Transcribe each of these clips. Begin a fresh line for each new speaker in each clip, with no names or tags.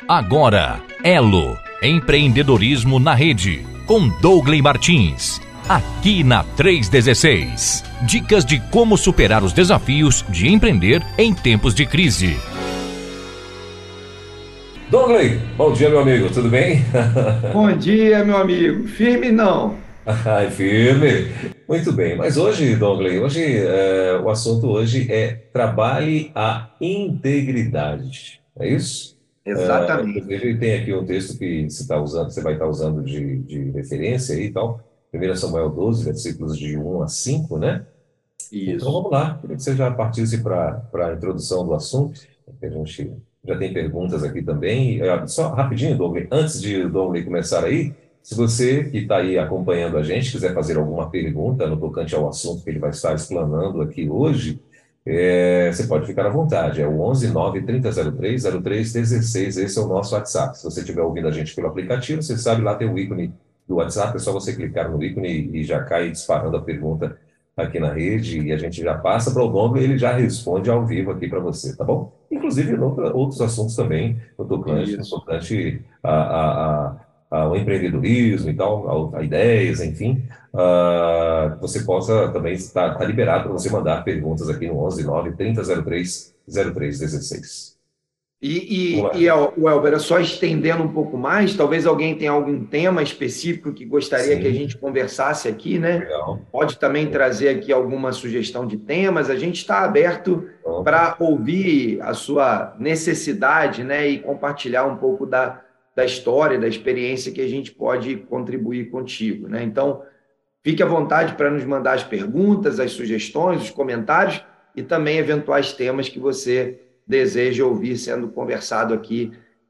Agora, Elo, empreendedorismo na rede, com Douglas Martins, aqui na 316. Dicas de como superar os desafios de empreender em tempos de crise.
Douglas, bom dia, meu amigo, tudo bem?
Bom dia, meu amigo. Firme não.
Ai, firme. Muito bem, mas hoje, Douglas, o assunto hoje é trabalhe a integridade, é isso?
Exatamente.
Inclusive, tem aqui um texto que você vai estar usando de referência aí e tal. 1 Samuel 12, versículos de 1 a 5, né? Então
Isso.
vamos lá, queria que você já partisse para a introdução do assunto, que a gente já tem perguntas aqui também. Só rapidinho, Douglas, antes de o Douglas começar aí, se você que está aí acompanhando a gente quiser fazer alguma pergunta no tocante ao assunto que ele vai estar explanando aqui hoje, você pode ficar à vontade. É o 11 9 30 03 03 16, esse é o nosso WhatsApp. Se você estiver ouvindo a gente pelo aplicativo, você sabe, lá tem o ícone do WhatsApp, é só você clicar no ícone e já cai disparando a pergunta aqui na rede e a gente já passa para o Douglas e ele já responde ao vivo aqui para você, tá bom? Inclusive outros assuntos também, no
Isso.
tocante ao empreendedorismo e tal, a ideias, enfim, você possa também estar liberado para você mandar perguntas aqui no 11 9 30 03 03 16. Vamos lá.
O Elber, é só estendendo um pouco mais, talvez alguém tenha algum tema específico que gostaria que a
Sim,
gente conversasse aqui, né?
legal.
Pode também trazer aqui alguma sugestão de temas. A gente está aberto
Pronto.
para ouvir a sua necessidade, né? E compartilhar um pouco da história, da experiência que a gente pode contribuir contigo, né? Então, fique à vontade para nos mandar as perguntas, as sugestões, os comentários e também eventuais temas que você deseja ouvir sendo conversado aqui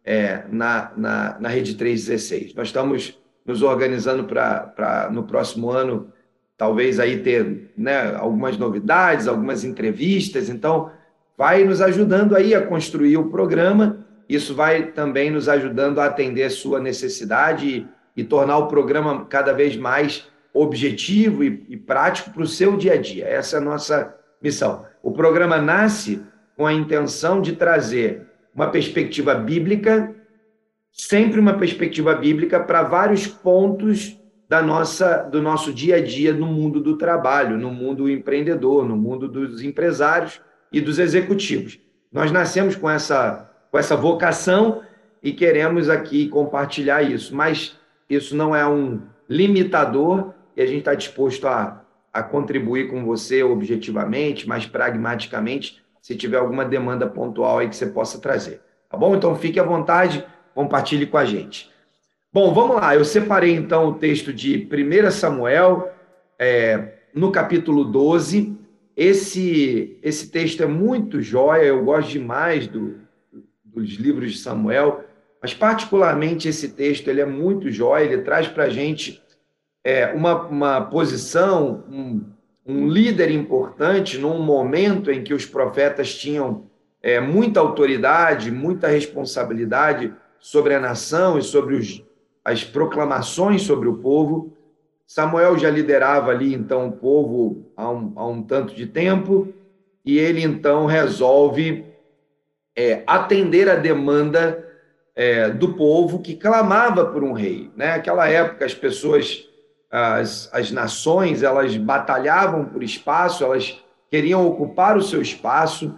na Rede 316. Nós estamos nos organizando para no próximo ano, talvez aí ter, né, algumas novidades, algumas entrevistas, então vai nos ajudando aí a construir o programa, isso vai também nos ajudando a atender a sua necessidade e tornar o programa cada vez mais objetivo e prático para o seu dia a dia. Essa é a nossa missão. O programa nasce com a intenção de trazer uma perspectiva bíblica, sempre uma perspectiva bíblica para vários pontos do nosso dia a dia no mundo do trabalho, no mundo empreendedor, no mundo dos empresários e dos executivos. Nós nascemos com essa vocação e queremos aqui compartilhar isso, mas isso não é um limitador e a gente está disposto a contribuir com você objetivamente, mais pragmaticamente, se tiver alguma demanda pontual aí que você possa trazer. Tá bom? Então fique à vontade, compartilhe com a gente. Bom, vamos lá. Eu separei então o texto de 1 Samuel, no capítulo 12. Esse texto é muito jóia, eu gosto demais dos livros de Samuel, mas particularmente esse texto ele é muito jóia, ele traz para a gente uma posição, um líder importante num momento em que os profetas tinham muita autoridade, muita responsabilidade sobre a nação e sobre as proclamações sobre o povo. Samuel já liderava ali, então, o povo há um tanto de tempo, e ele, então, resolve atender a demanda do povo que clamava por um rei. Né? Naquela época, as pessoas, as nações, elas batalhavam por espaço, elas queriam ocupar o seu espaço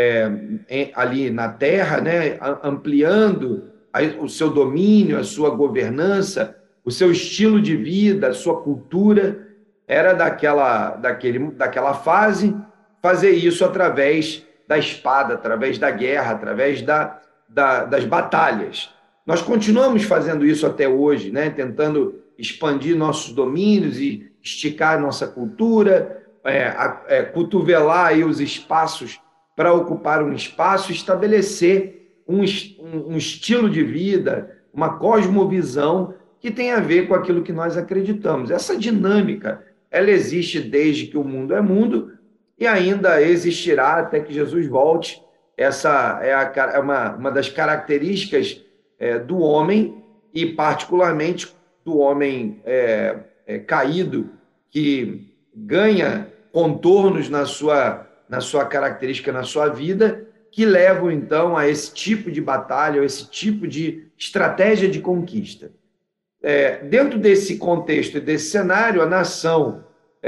ali na terra, né? Ampliando o seu domínio, a sua governança, o seu estilo de vida, a sua cultura. Era daquela fase fazer isso através da espada, através da guerra, através das batalhas. Nós continuamos fazendo isso até hoje, né? Tentando expandir nossos domínios e esticar nossa cultura, cotovelar aí os espaços para ocupar um espaço, estabelecer um estilo de vida, uma cosmovisão que tem a ver com aquilo que nós acreditamos. Essa dinâmica, ela existe desde que o mundo é mundo e ainda existirá até que Jesus volte. Essa é uma das características do homem e, particularmente, do homem caído, que ganha contornos na sua característica, na sua vida, que levam, então, a esse tipo de batalha, a esse tipo de estratégia de conquista. Dentro desse contexto e desse cenário, a nação,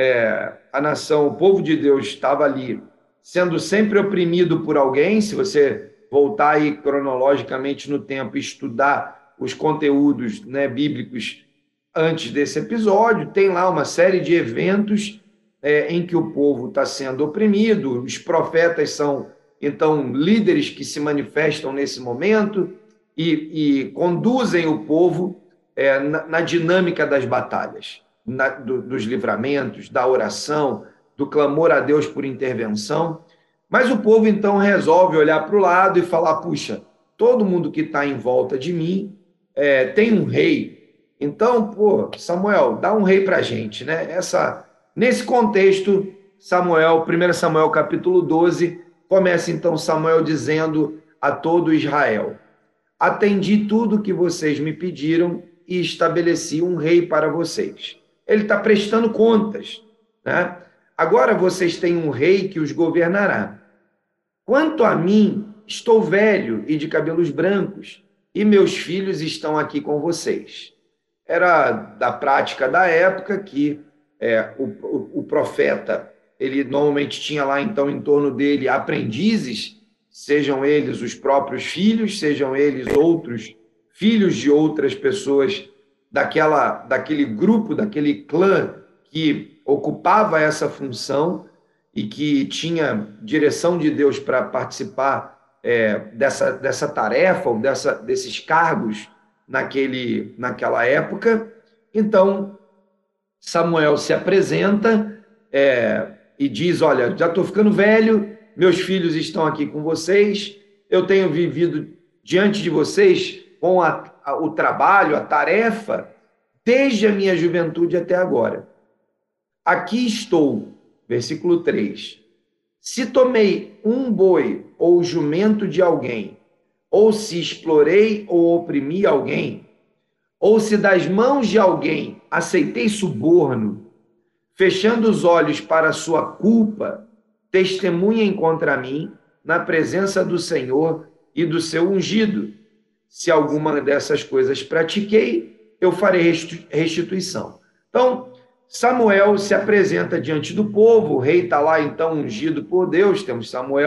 o povo de Deus estava ali sendo sempre oprimido por alguém. Se você voltar aí cronologicamente no tempo e estudar os conteúdos, né, bíblicos antes desse episódio, tem lá uma série de eventos em que o povo está sendo oprimido. Os profetas são, então, líderes que se manifestam nesse momento e conduzem o povo na dinâmica das batalhas, dos livramentos, da oração, do clamor a Deus por intervenção. Mas o povo, então, resolve olhar para o lado e falar: puxa, todo mundo que está em volta de mim tem um rei. Então, Samuel, dá um rei para a gente, né? Nesse contexto, 1 Samuel capítulo 12, começa então Samuel dizendo a todo Israel: atendi tudo o que vocês me pediram e estabeleci um rei para vocês. Ele está prestando contas, né? Agora vocês têm um rei que os governará. Quanto a mim, estou velho e de cabelos brancos, e meus filhos estão aqui com vocês. Era da prática da época que o profeta, ele normalmente tinha lá, então, em torno dele aprendizes, sejam eles os próprios filhos, sejam eles outros filhos de outras pessoas daquele grupo, daquele clã que ocupava essa função e que tinha direção de Deus para participar dessa tarefa ou desses cargos naquela época. Então, Samuel se apresenta e diz: olha, já estou ficando velho, meus filhos estão aqui com vocês, eu tenho vivido diante de vocês com o trabalho, a tarefa, desde a minha juventude até agora. Aqui estou, versículo 3. Se tomei um boi ou jumento de alguém, ou se explorei ou oprimi alguém, ou se das mãos de alguém aceitei suborno, fechando os olhos para a sua culpa, testemunhem contra mim na presença do Senhor e do seu ungido. Se alguma dessas coisas pratiquei, eu farei restituição. Então, Samuel se apresenta diante do povo, o rei está lá, então, ungido por Deus, temos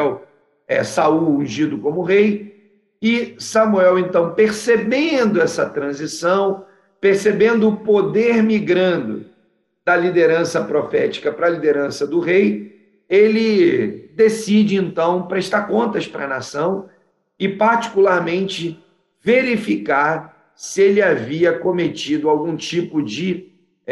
Saul ungido como rei, e Samuel, então, percebendo essa transição, percebendo o poder migrando da liderança profética para a liderança do rei, ele decide, então, prestar contas para a nação e, particularmente, verificar se ele havia cometido algum tipo de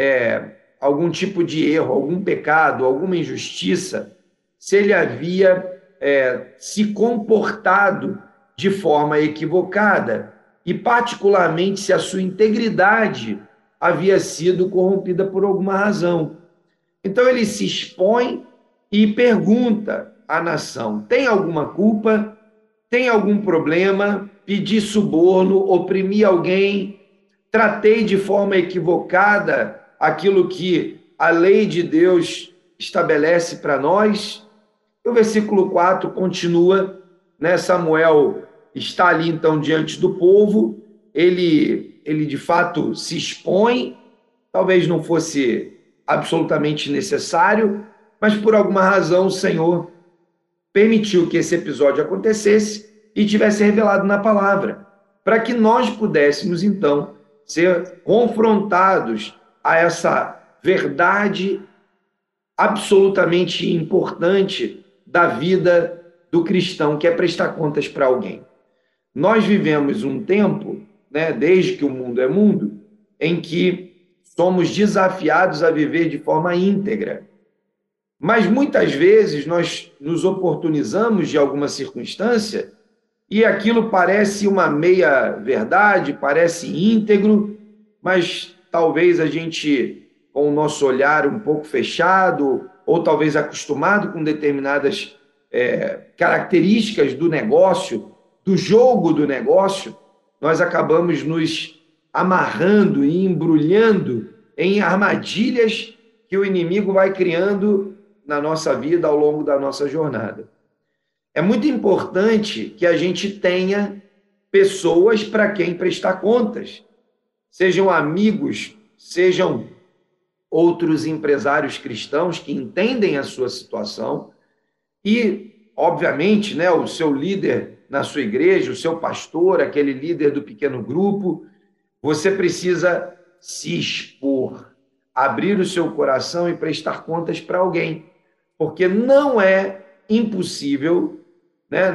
erro, algum pecado, alguma injustiça, se ele havia se comportado de forma equivocada e, particularmente, se a sua integridade havia sido corrompida por alguma razão. Então, ele se expõe e pergunta à nação: tem alguma culpa? Tem algum problema? Pedi suborno? Oprimi alguém? Tratei de forma equivocada aquilo que a lei de Deus estabelece para nós? O versículo 4 continua, né? Samuel está ali, então, diante do povo, ele de fato se expõe, talvez não fosse absolutamente necessário, mas por alguma razão o Senhor permitiu que esse episódio acontecesse e tivesse revelado na palavra, para que nós pudéssemos, então, ser confrontados a essa verdade absolutamente importante da vida do cristão, que é prestar contas para alguém. Nós vivemos um tempo, né, desde que o mundo é mundo, em que somos desafiados a viver de forma íntegra. Mas muitas vezes nós nos oportunizamos de alguma circunstância e aquilo parece uma meia-verdade, parece íntegro, mas talvez a gente, com o nosso olhar um pouco fechado, ou talvez acostumado com determinadas características do negócio, do jogo do negócio, nós acabamos nos amarrando e embrulhando em armadilhas que o inimigo vai criando na nossa vida ao longo da nossa jornada. é muito importante que a gente tenha pessoas para quem prestar contas, sejam amigos, sejam outros empresários cristãos que entendem a sua situação e, obviamente, né, o seu líder na sua igreja, o seu pastor, aquele líder do pequeno grupo. Você precisa se expor, abrir o seu coração e prestar contas para alguém, porque não é impossível, né?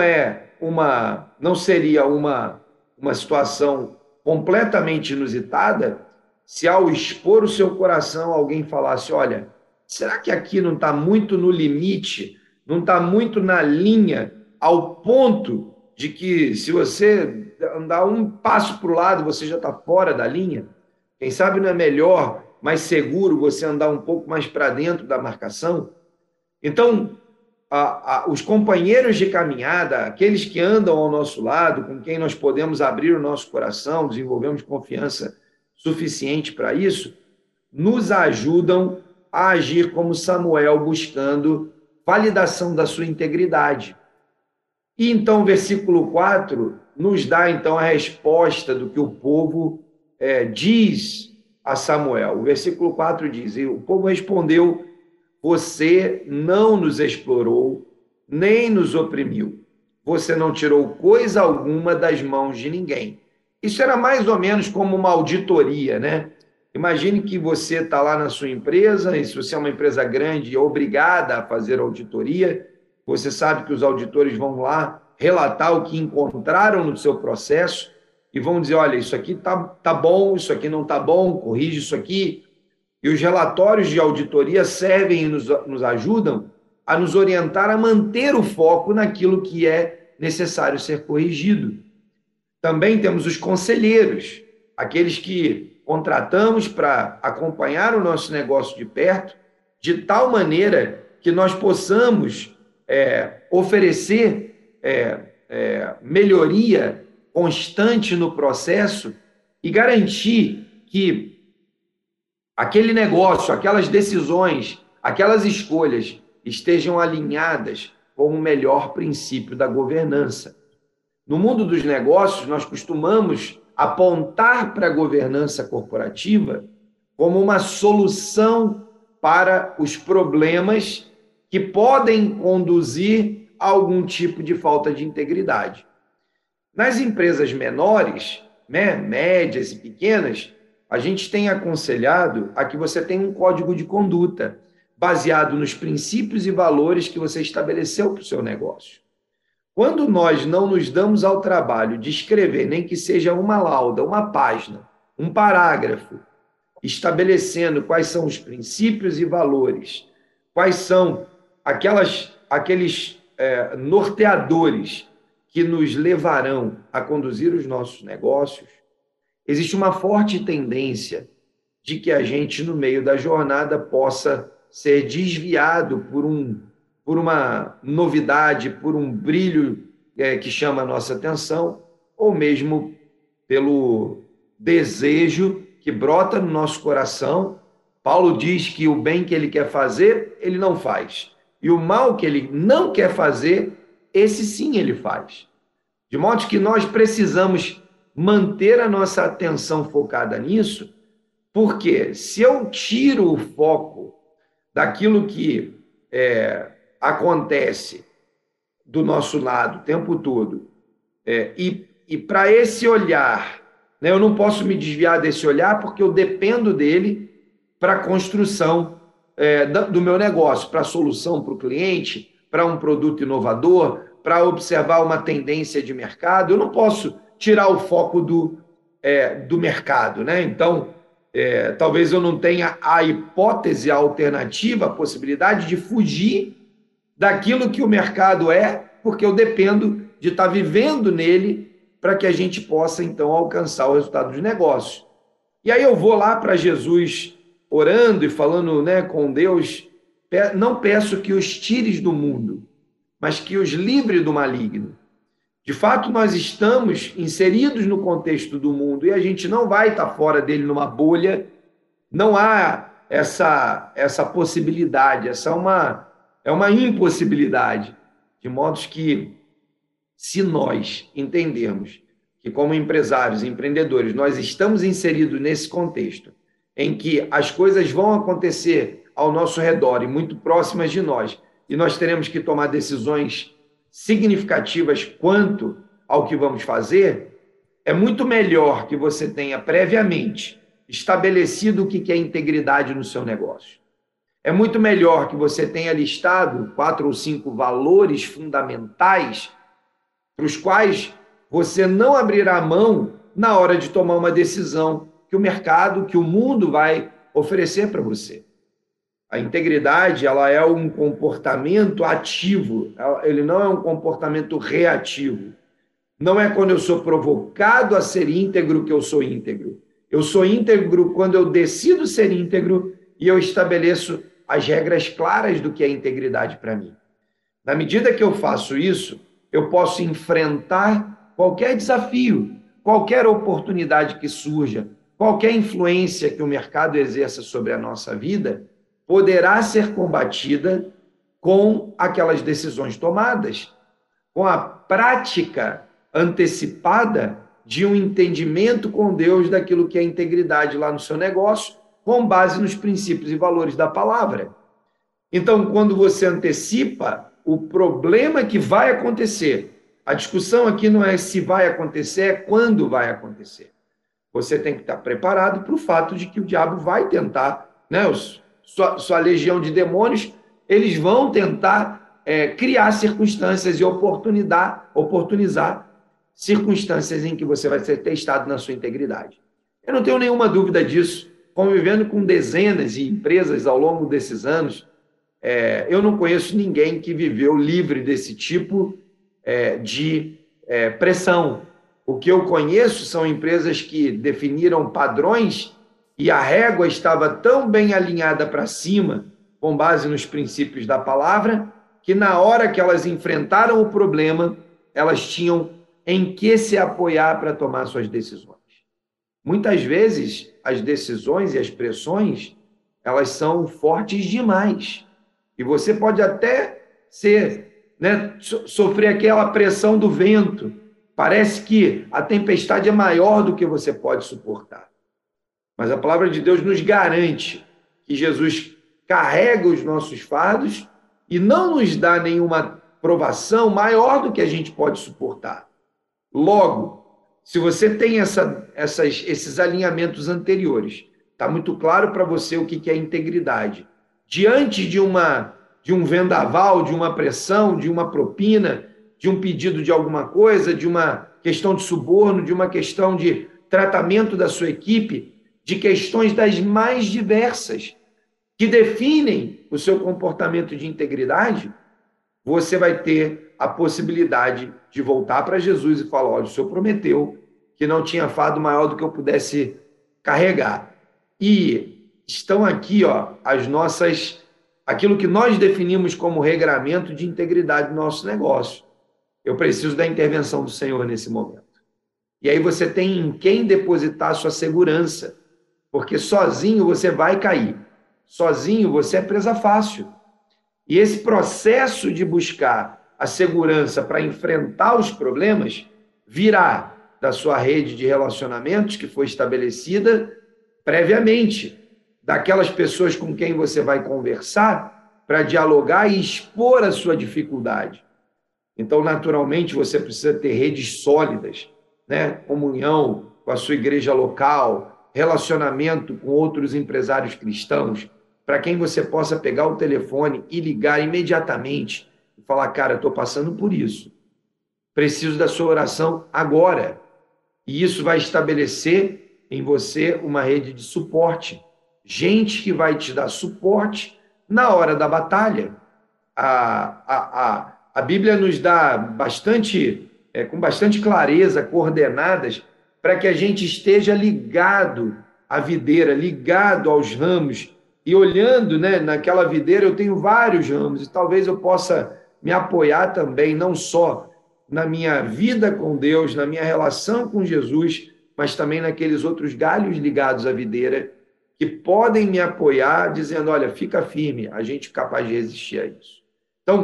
Não seria uma situação completamente inusitada se, ao expor o seu coração, alguém falasse: olha, será que aqui não está muito no limite, não está muito na linha, ao ponto de que, se você andar um passo para o lado, você já está fora da linha? Quem sabe não é melhor, mais seguro, você andar um pouco mais para dentro da marcação? Então, os companheiros de caminhada, aqueles que andam ao nosso lado, com quem nós podemos abrir o nosso coração, desenvolvemos confiança suficiente para isso, nos ajudam a agir como Samuel, buscando validação da sua integridade. E então o versículo 4 nos dá então a resposta do que o povo diz a Samuel. O versículo 4 diz: e o povo respondeu: você não nos explorou, nem nos oprimiu. Você não tirou coisa alguma das mãos de ninguém. Isso era mais ou menos como uma auditoria, né? Imagine que você está lá na sua empresa, e se você é uma empresa grande, é obrigada a fazer auditoria. Você sabe que os auditores vão lá relatar o que encontraram no seu processo e vão dizer: olha, isso aqui tá bom, isso aqui não está bom, corrige isso aqui. E os relatórios de auditoria servem e nos ajudam a nos orientar a manter o foco naquilo que é necessário ser corrigido. Também temos os conselheiros, aqueles que contratamos para acompanhar o nosso negócio de perto, de tal maneira que nós possamos oferecer melhoria constante no processo e garantir que aquele negócio, aquelas decisões, aquelas escolhas estejam alinhadas com o melhor princípio da governança. No mundo dos negócios, nós costumamos apontar para a governança corporativa como uma solução para os problemas que podem conduzir a algum tipo de falta de integridade. Nas empresas menores, né, médias e pequenas, a gente tem aconselhado a que você tenha um código de conduta baseado nos princípios e valores que você estabeleceu para o seu negócio. Quando nós não nos damos ao trabalho de escrever, nem que seja uma lauda, uma página, um parágrafo, estabelecendo quais são os princípios e valores, quais são aqueles norteadores que nos levarão a conduzir os nossos negócios, existe uma forte tendência de que a gente, no meio da jornada, possa ser desviado por uma novidade, por um brilho que chama a nossa atenção, ou mesmo pelo desejo que brota no nosso coração. Paulo diz que o bem que ele quer fazer, ele não faz. E o mal que ele não quer fazer, esse sim ele faz. De modo que nós precisamos manter a nossa atenção focada nisso, porque se eu tiro o foco daquilo que acontece do nosso lado o tempo todo, e para esse olhar, né, eu não posso me desviar desse olhar porque eu dependo dele para a construção do meu negócio, para a solução para o cliente, para um produto inovador, para observar uma tendência de mercado. Eu não posso tirar o foco do mercado, né? Então, talvez eu não tenha a hipótese, a alternativa, a possibilidade de fugir daquilo que o mercado porque eu dependo de estar vivendo nele para que a gente possa, então, alcançar o resultado de negócio. E aí eu vou lá para Jesus orando e falando, né, com Deus: não peço que os tires do mundo, mas que os livre do maligno. De fato, nós estamos inseridos no contexto do mundo e a gente não vai estar fora dele numa bolha. Não há essa possibilidade, essa é uma impossibilidade De modo que, se nós entendermos que, como empresários e empreendedores, nós estamos inseridos nesse contexto, em que as coisas vão acontecer ao nosso redor e muito próximas de nós, e nós teremos que tomar decisões significativas quanto ao que vamos fazer, é muito melhor que você tenha previamente estabelecido o que é integridade no seu negócio. É muito melhor que você tenha listado 4 ou 5 valores fundamentais para os quais você não abrirá mão na hora de tomar uma decisão que o mercado, que o mundo vai oferecer para você. A integridade, ela é um comportamento ativo, ele não é um comportamento reativo. Não é quando eu sou provocado a ser íntegro que eu sou íntegro. Eu sou íntegro quando eu decido ser íntegro e eu estabeleço as regras claras do que é integridade para mim. Na medida que eu faço isso, eu posso enfrentar qualquer desafio, qualquer oportunidade que surja, qualquer influência que o mercado exerça sobre a nossa vida, poderá ser combatida com aquelas decisões tomadas, com a prática antecipada de um entendimento com Deus daquilo que é integridade lá no seu negócio, com base nos princípios e valores da palavra. Então, quando você antecipa o problema que vai acontecer, a discussão aqui não é se vai acontecer, é quando vai acontecer. Você tem que estar preparado para o fato de que o diabo vai tentar, né, sua legião de demônios, eles vão tentar criar circunstâncias e oportunizar circunstâncias em que você vai ser testado na sua integridade. Eu não tenho nenhuma dúvida disso. Convivendo com dezenas de empresas ao longo desses anos, eu não conheço ninguém que viveu livre desse tipo de pressão. O que eu conheço são empresas que definiram padrões e a régua estava tão bem alinhada para cima, com base nos princípios da palavra, que na hora que elas enfrentaram o problema, elas tinham em que se apoiar para tomar suas decisões. Muitas vezes, as decisões e as pressões, elas são fortes demais. E você pode até sofrer aquela pressão do vento. Parece que a tempestade é maior do que você pode suportar. Mas a palavra de Deus nos garante que Jesus carrega os nossos fardos e não nos dá nenhuma provação maior do que a gente pode suportar. Logo, se você tem esses alinhamentos anteriores, está muito claro para você o que é integridade. Diante de um vendaval, de uma pressão, de uma propina, de um pedido de alguma coisa, de uma questão de suborno, de uma questão de tratamento da sua equipe, de questões das mais diversas, que definem o seu comportamento de integridade, você vai ter a possibilidade de voltar para Jesus e falar: olha, o Senhor prometeu que não tinha fardo maior do que eu pudesse carregar. E estão aqui, aquilo que nós definimos como regramento de integridade do nosso negócio. Eu preciso da intervenção do Senhor nesse momento. E aí você tem em quem depositar a sua segurança, porque sozinho você vai cair. Sozinho você é presa fácil. E esse processo de buscar a segurança para enfrentar os problemas virá da sua rede de relacionamentos que foi estabelecida previamente, daquelas pessoas com quem você vai conversar para dialogar e expor a sua dificuldade. Então, naturalmente, você precisa ter redes sólidas, né? Comunhão com a sua igreja local, relacionamento com outros empresários cristãos, para quem você possa pegar o telefone e ligar imediatamente e falar: cara, estou passando por isso, preciso da sua oração agora. E isso vai estabelecer em você uma rede de suporte, gente que vai te dar suporte na hora da batalha. A Bíblia nos dá com bastante clareza, coordenadas, para que a gente esteja ligado à videira, ligado aos ramos, e olhando, né, naquela videira eu tenho vários ramos, e talvez eu possa me apoiar também, não só na minha vida com Deus, na minha relação com Jesus, mas também naqueles outros galhos ligados à videira, que podem me apoiar, dizendo: olha, fica firme, a gente é capaz de resistir a isso. Então,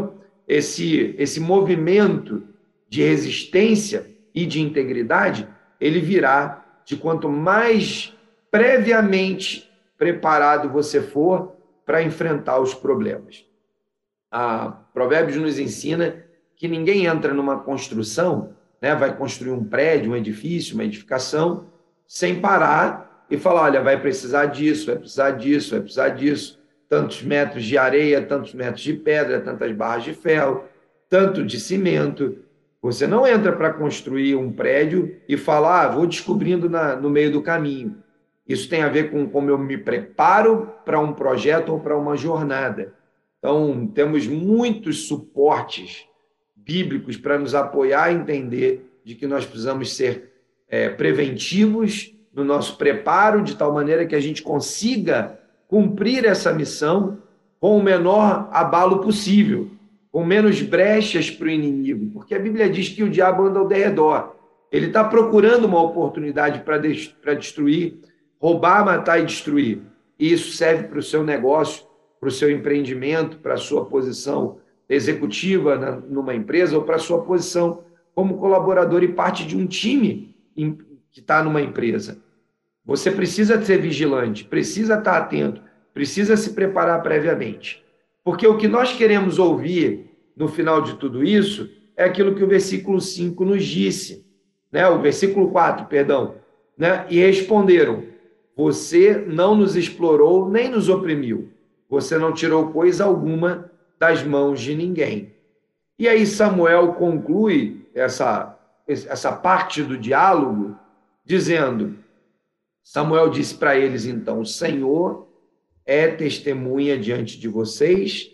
esse movimento de resistência e de integridade, ele virá de quanto mais previamente preparado você for para enfrentar os problemas. A Provérbios nos ensina que ninguém entra numa construção, né, vai construir um prédio, um edifício, uma edificação, sem parar e falar, olha, vai precisar disso, vai precisar disso, vai precisar disso, tantos metros de areia, tantos metros de pedra, tantas barras de ferro, tanto de cimento. Você não entra para construir um prédio e falar, vou descobrindo no meio do caminho. Isso tem a ver com como eu me preparo para um projeto ou para uma jornada. Então, temos muitos suportes bíblicos para nos apoiar a entender de que nós precisamos ser preventivos no nosso preparo, de tal maneira que a gente consiga cumprir essa missão com o menor abalo possível, com menos brechas para o inimigo, porque a Bíblia diz que o diabo anda ao derredor. Ele está procurando uma oportunidade para destruir, roubar, matar e destruir. E isso serve para o seu negócio, para o seu empreendimento, para a sua posição executiva numa empresa ou para a sua posição como colaborador e parte de um time que está numa empresa. Você precisa ser vigilante, precisa estar atento, precisa se preparar previamente. Porque o que nós queremos ouvir no final de tudo isso é aquilo que o versículo 5 nos disse, né? O versículo 4, perdão. Né? E responderam, você não nos explorou nem nos oprimiu, você não tirou coisa alguma das mãos de ninguém. E aí Samuel conclui essa parte do diálogo dizendo, Samuel disse para eles então, o Senhor é testemunha diante de vocês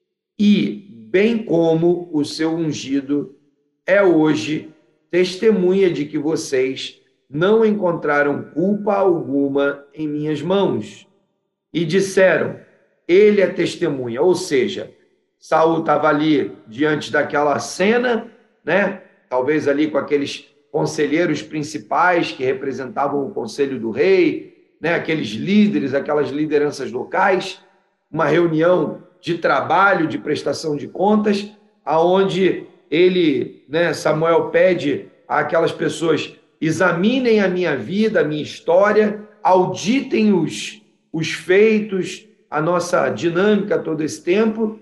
e, bem como o seu ungido é hoje testemunha de que vocês não encontraram culpa alguma em minhas mãos. E disseram, ele é testemunha, ou seja, Saul estava ali diante daquela cena, né? Talvez ali com aqueles conselheiros principais que representavam o conselho do rei, né? Aqueles líderes, aquelas lideranças locais, uma reunião de trabalho, de prestação de contas, aonde ele, né, Samuel pede àquelas pessoas, examinem a minha vida, a minha história, auditem os feitos, a nossa dinâmica todo esse tempo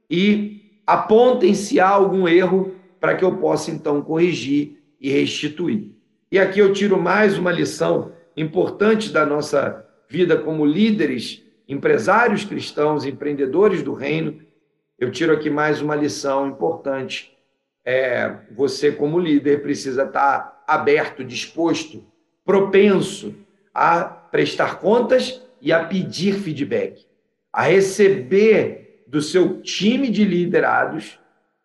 e apontem se há algum erro para que eu possa, então, corrigir e restituir. E aqui eu tiro mais uma lição importante da nossa vida como líderes, empresários cristãos, empreendedores do reino. Eu tiro aqui mais uma lição importante. Você, como líder, precisa estar aberto, disposto, propenso a prestar contas e a pedir feedback, a receber do seu time de liderados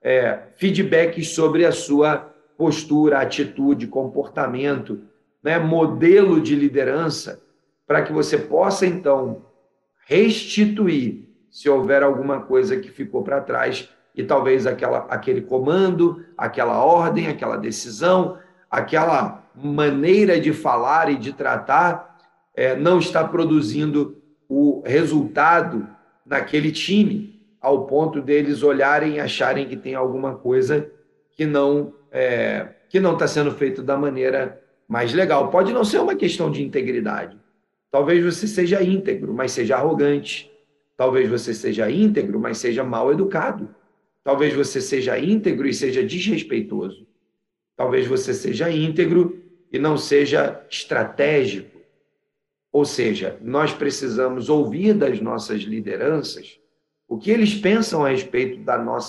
feedbacks sobre a sua postura, atitude, comportamento, né, modelo de liderança, para que você possa, então, restituir se houver alguma coisa que ficou para trás e talvez aquele comando, aquela ordem, aquela decisão, aquela maneira de falar e de tratar não está produzindo o resultado naquele time, ao ponto deles olharem e acharem que tem alguma coisa que não está sendo feito da maneira mais legal. Pode não ser uma questão de integridade. Talvez você seja íntegro, mas seja arrogante. Talvez você seja íntegro, mas seja mal educado. Talvez você seja íntegro e seja desrespeitoso. Talvez você seja íntegro e não seja estratégico. Ou seja, nós precisamos ouvir das nossas lideranças o que eles pensam a respeito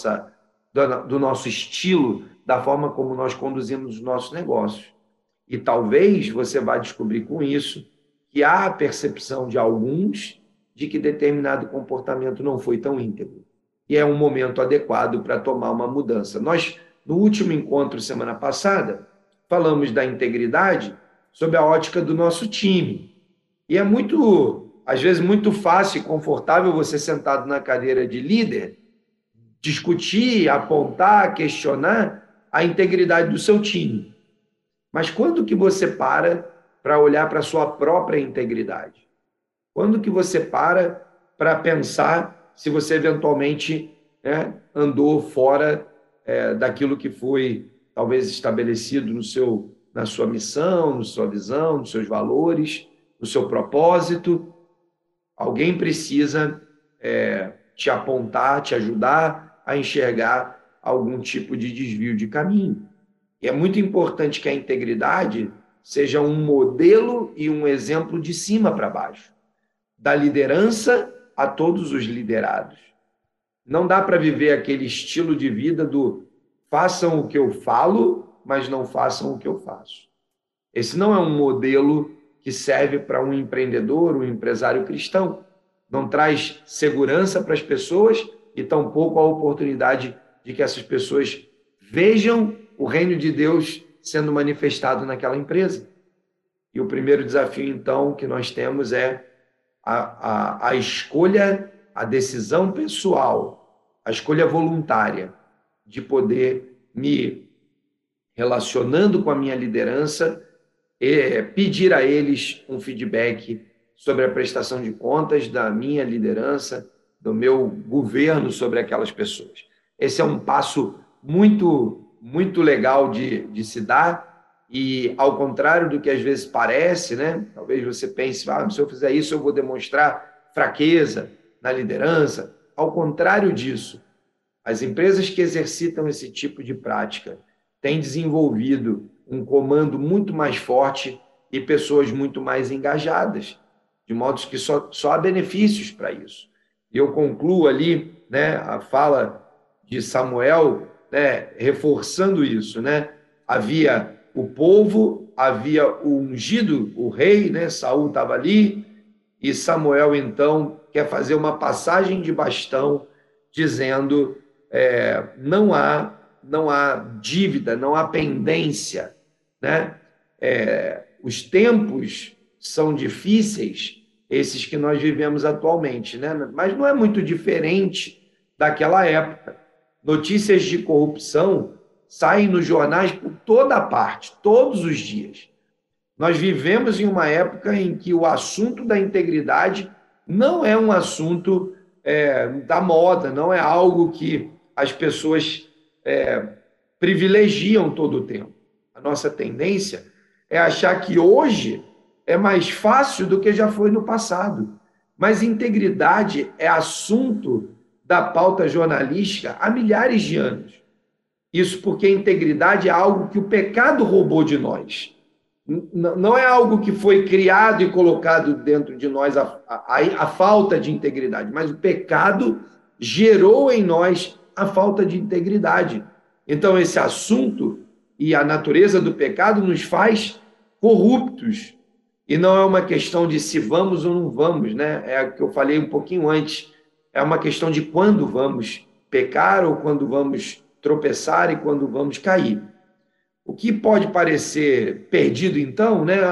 do nosso estilo, da forma como nós conduzimos os nossos negócios. E talvez você vá descobrir com isso que há a percepção de alguns de que determinado comportamento não foi tão íntegro. E é um momento adequado para tomar uma mudança. Nós, no último encontro, semana passada, falamos da integridade sob a ótica do nosso time. E é às vezes, muito fácil e confortável você sentado na cadeira de líder, discutir, apontar, questionar a integridade do seu time. Mas quando que você para olhar para a sua própria integridade? Quando que você para pensar se você eventualmente né, andou fora daquilo que foi talvez estabelecido na sua missão, na sua visão, nos seus valores, no seu propósito. Alguém precisa te apontar, te ajudar a enxergar algum tipo de desvio de caminho. E é muito importante que a integridade seja um modelo e um exemplo de cima para baixo, da liderança a todos os liderados. Não dá para viver aquele estilo de vida do façam o que eu falo, mas não façam o que eu faço. Esse não é um modelo que serve para um empreendedor, um empresário cristão. Não traz segurança para as pessoas e tampouco a oportunidade de que essas pessoas vejam o reino de Deus sendo manifestado naquela empresa. E o primeiro desafio, então, que nós temos é a escolha, a decisão pessoal, a escolha voluntária de poder me relacionando com a minha liderança, pedir a eles um feedback sobre a prestação de contas da minha liderança, do meu governo sobre aquelas pessoas. Esse é um passo muito, muito legal de se dar e, ao contrário do que às vezes parece, né? Talvez você pense, se eu fizer isso, eu vou demonstrar fraqueza na liderança. Ao contrário disso, as empresas que exercitam esse tipo de prática têm desenvolvido um comando muito mais forte e pessoas muito mais engajadas, de modo que só há benefícios para isso. E eu concluo ali, né, a fala de Samuel, né, reforçando isso, né? Havia o povo, havia o ungido, o rei, né? Saul estava ali, e Samuel, então, quer fazer uma passagem de bastão, dizendo não há dívida, não há pendência, né? Os tempos são difíceis, esses que nós vivemos atualmente, né? Mas não é muito diferente daquela época. Notícias de corrupção saem nos jornais por toda parte, todos os dias. Nós vivemos em uma época em que o assunto da integridade não é um assunto da moda, não é algo que as pessoas privilegiam todo o tempo. A nossa tendência é achar que hoje é mais fácil do que já foi no passado. Mas integridade é assunto da pauta jornalística há milhares de anos. Isso porque a integridade é algo que o pecado roubou de nós. Não é algo que foi criado e colocado dentro de nós a falta de integridade, mas o pecado gerou em nós a falta de integridade. Então, esse assunto e a natureza do pecado nos faz corruptos. E não é uma questão de se vamos ou não vamos, né? É o que eu falei um pouquinho antes. É uma questão de quando vamos pecar ou quando vamos tropeçar e quando vamos cair. O que pode parecer perdido, então, né?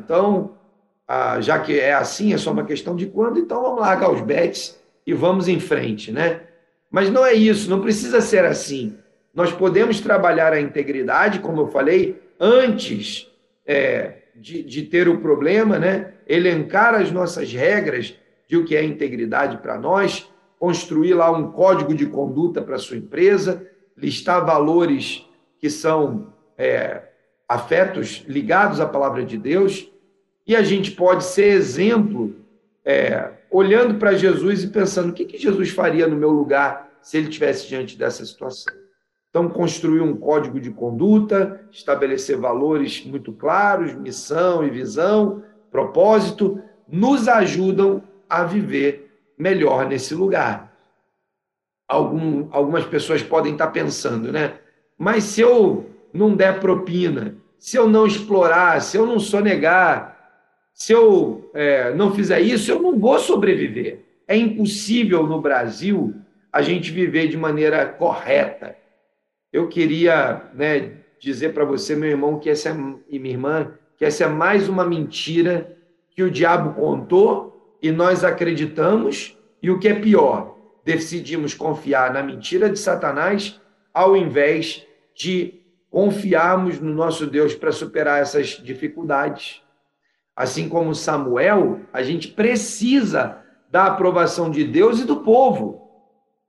Já que é assim, é só uma questão de quando, então vamos largar os bets e vamos em frente, né? Mas não é isso, não precisa ser assim. Nós podemos trabalhar a integridade, como eu falei, antes de ter o problema, né? Elencar as nossas regras de o que é integridade para nós, construir lá um código de conduta para a sua empresa, listar valores que são afetos ligados à palavra de Deus, e a gente pode ser exemplo, olhando para Jesus e pensando, o que Jesus faria no meu lugar se ele estivesse diante dessa situação? Então, construir um código de conduta, estabelecer valores muito claros, missão e visão, propósito, nos ajudam a viver melhor nesse lugar. Algumas pessoas podem estar pensando, né? Mas se eu não der propina, se eu não explorar, se eu não sonegar, se eu não fizer isso, eu não vou sobreviver. É impossível no Brasil a gente viver de maneira correta. Eu queria, né, dizer para você, meu irmão, e minha irmã, que essa é mais uma mentira que o diabo contou e nós acreditamos, e o que é pior, decidimos confiar na mentira de Satanás ao invés de confiarmos no nosso Deus para superar essas dificuldades. Assim como Samuel, a gente precisa da aprovação de Deus e do povo.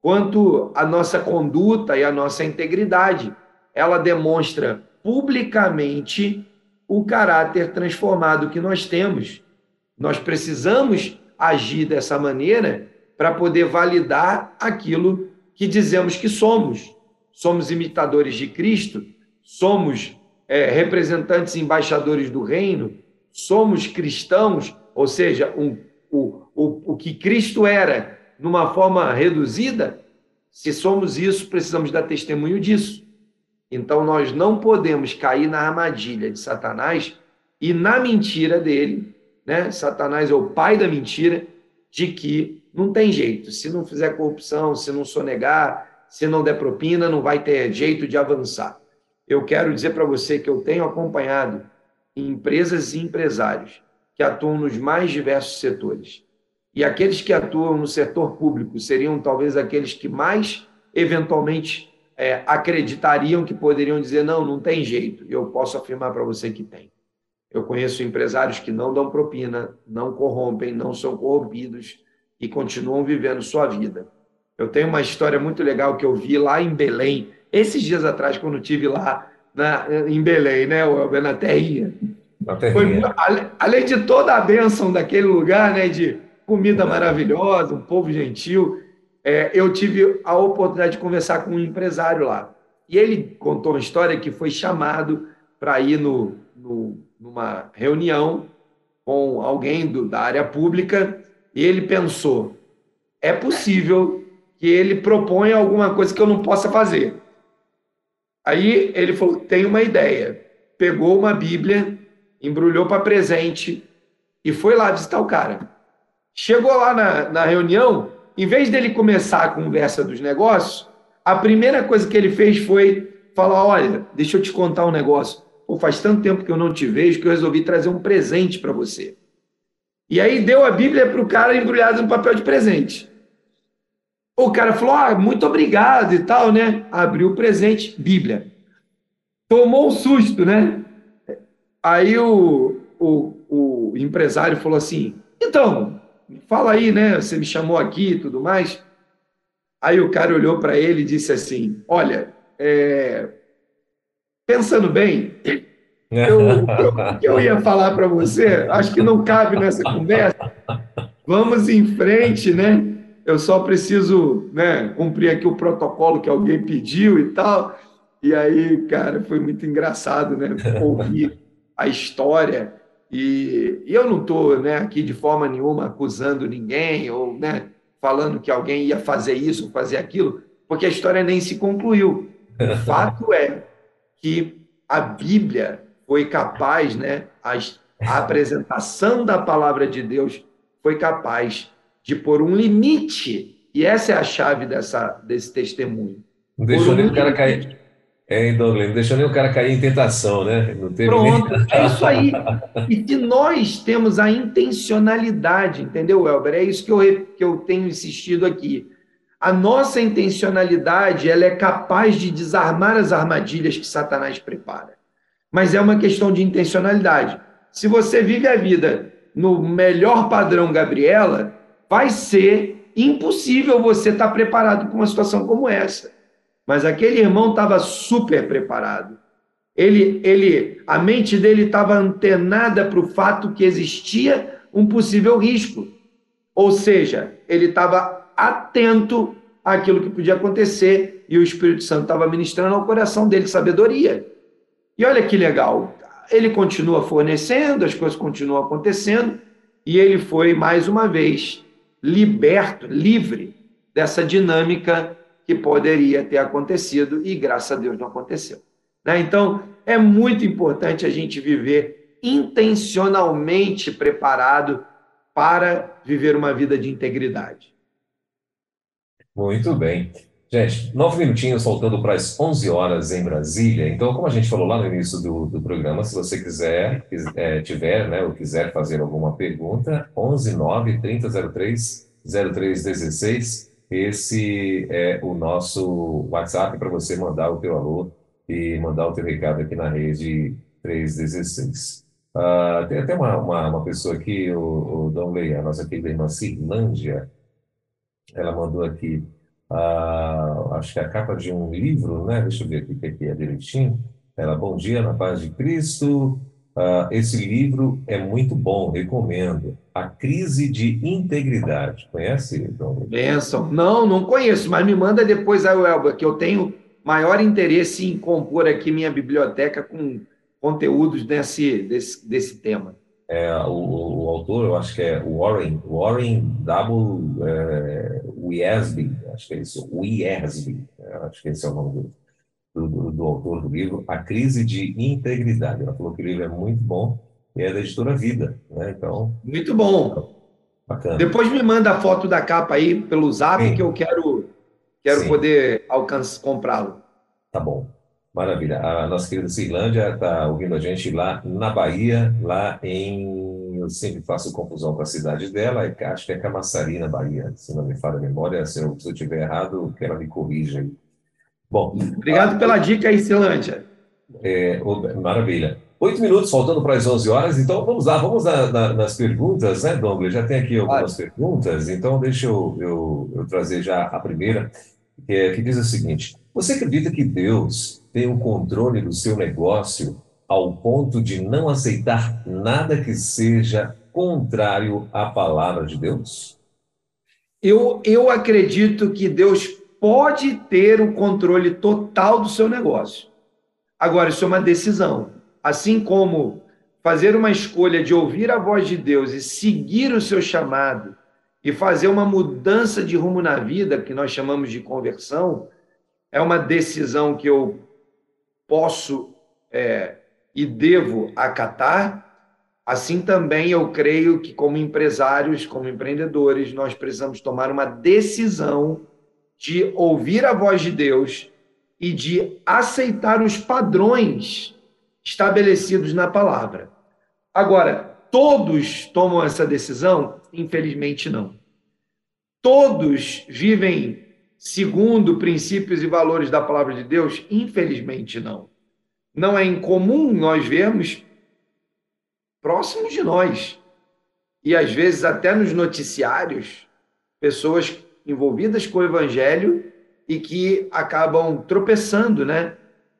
quanto a nossa conduta e a nossa integridade. Ela demonstra publicamente o caráter transformado que nós temos. Nós precisamos agir dessa maneira para poder validar aquilo que dizemos que somos. Somos imitadores de Cristo, somos representantes e embaixadores do reino, somos cristãos, ou seja, o que Cristo era numa forma reduzida. Se somos isso, precisamos dar testemunho disso. Então, nós não podemos cair na armadilha de Satanás e na mentira dele, né? Satanás é o pai da mentira, de que não tem jeito. Se não fizer corrupção, se não sonegar, se não der propina, não vai ter jeito de avançar. Eu quero dizer para você que eu tenho acompanhado empresas e empresários que atuam nos mais diversos setores. E aqueles que atuam no setor público seriam talvez aqueles que mais, eventualmente, acreditariam que poderiam dizer, não tem jeito. E eu posso afirmar para você que tem. Eu conheço empresários que não dão propina, não corrompem, não são corrompidos e continuam vivendo sua vida. Eu tenho uma história muito legal que eu vi lá em Belém, esses dias atrás, quando estive lá em Belém, né, na terrinha.
Na terrinha.
Além de toda a bênção daquele lugar, né, de comida maravilhosa, um povo gentil, eu tive a oportunidade de conversar com um empresário lá. E ele contou uma história que foi chamado para ir numa reunião com alguém da área pública, e ele pensou, é possível que ele proponha alguma coisa que eu não possa fazer. Aí ele falou, tem uma ideia. Pegou uma Bíblia, embrulhou para presente e foi lá visitar o cara. Chegou lá na reunião, em vez dele começar a conversa dos negócios, a primeira coisa que ele fez foi falar, olha, deixa eu te contar um negócio. Pô, faz tanto tempo que eu não te vejo que eu resolvi trazer um presente para você. E aí deu a Bíblia para o cara embrulhada no papel de presente. O cara falou, muito obrigado e tal, né? Abriu o presente, Bíblia. Tomou um susto, né? Aí o empresário falou assim, então, fala aí, né? Você me chamou aqui e tudo mais. Aí o cara olhou para ele e disse assim, olha, pensando bem, o que eu ia falar para você, acho que não cabe nessa conversa. Vamos em frente, né? Eu só preciso, né, cumprir aqui o protocolo que alguém pediu e tal. E aí, cara, foi muito engraçado, né? Ouvir a história. E eu não estou, né, aqui de forma nenhuma acusando ninguém ou, né, falando que alguém ia fazer isso, fazer aquilo, porque a história nem se concluiu. O fato é que a Bíblia foi capaz, né, a apresentação da palavra de Deus foi capaz de pôr um limite, e essa é a chave desse testemunho.
Não deixou nem o cara cair. Douglas, não deixou nem o cara cair em tentação, né? Não teve
Pronto, é isso aí. E se nós temos a intencionalidade, entendeu, Elber? É isso que eu tenho insistido aqui. A nossa intencionalidade, ela é capaz de desarmar as armadilhas que Satanás prepara. Mas é uma questão de intencionalidade. Se você vive a vida no melhor padrão Gabriela, vai ser impossível você estar preparado para uma situação como essa. Mas aquele irmão estava super preparado. A mente dele estava antenada para o fato que existia um possível risco. Ou seja, ele estava atento àquilo que podia acontecer e o Espírito Santo estava ministrando ao coração dele sabedoria. E olha que legal, ele continua fornecendo, as coisas continuam acontecendo e ele foi, mais uma vez, liberto, livre dessa dinâmica que poderia ter acontecido e, graças a Deus, não aconteceu. Então, é muito importante a gente viver intencionalmente preparado para viver uma vida de integridade.
Muito bem. Gente, 9 minutinhos faltando para as 11 horas em Brasília. Então, como a gente falou lá no início do programa, se você tiver, né, ou quiser fazer alguma pergunta, 11 9 3003 0316. Esse é o nosso WhatsApp para você mandar o teu alô e mandar o teu recado aqui na rede 316. Tem até uma pessoa aqui, o Dom Lei, a nossa querida irmã Cirlândia, ela mandou aqui. acho que é a capa de um livro, né? Deixa eu ver aqui o que é direitinho. Ela, bom dia, na paz de Cristo. Esse livro é muito bom, recomendo. A Crise de Integridade. Conhece, Dom?
Benção. Não, não conheço, mas me manda depois aí, Elba, que eu tenho maior interesse em compor aqui minha biblioteca com conteúdos desse tema.
O autor, eu acho que é Warren W. Wiersbe, acho que é isso, Wiersbe, acho que esse é o nome do autor do livro, A Crise de Integridade. Ela falou que o livro é muito bom e é da editora Vida, né? Então,
Muito bom.
bacana.
Depois me manda a foto da capa aí pelo Zap que eu
Sim,
quero
sim,
poder comprá-lo.
tá bom. Maravilha. A nossa querida Cirlândia está ouvindo a gente lá na Bahia, lá em. Eu sempre faço confusão com a cidade dela, acho que é Camaçari, na Bahia, se não me falha a memória. Se eu estiver errado, que ela me corrija aí. Bom,
Obrigado pela dica aí, Silândia.
maravilha. 8 minutos, faltando para as 11 horas, então vamos lá, vamos nas perguntas, né, Douglas? Já tem aqui
Vai.
algumas perguntas, então deixa eu trazer já a primeira, que diz o seguinte: você acredita que Deus tem o controle do seu negócio ao ponto de não aceitar nada que seja contrário à palavra de Deus?
Eu acredito que Deus pode ter o controle total do seu negócio. Agora, isso é uma decisão. Assim como fazer uma escolha de ouvir a voz de Deus e seguir o seu chamado e fazer uma mudança de rumo na vida, que nós chamamos de conversão, é uma decisão que eu posso e devo acatar. Assim também eu creio que, como empresários, como empreendedores, nós precisamos tomar uma decisão de ouvir a voz de Deus e de aceitar os padrões estabelecidos na palavra. Agora, todos tomam essa decisão? Infelizmente, não. Todos vivem segundo princípios e valores da palavra de Deus? Infelizmente, não. Não é incomum nós vermos próximos de nós, e às vezes até nos noticiários, pessoas envolvidas com o evangelho e que acabam tropeçando, né?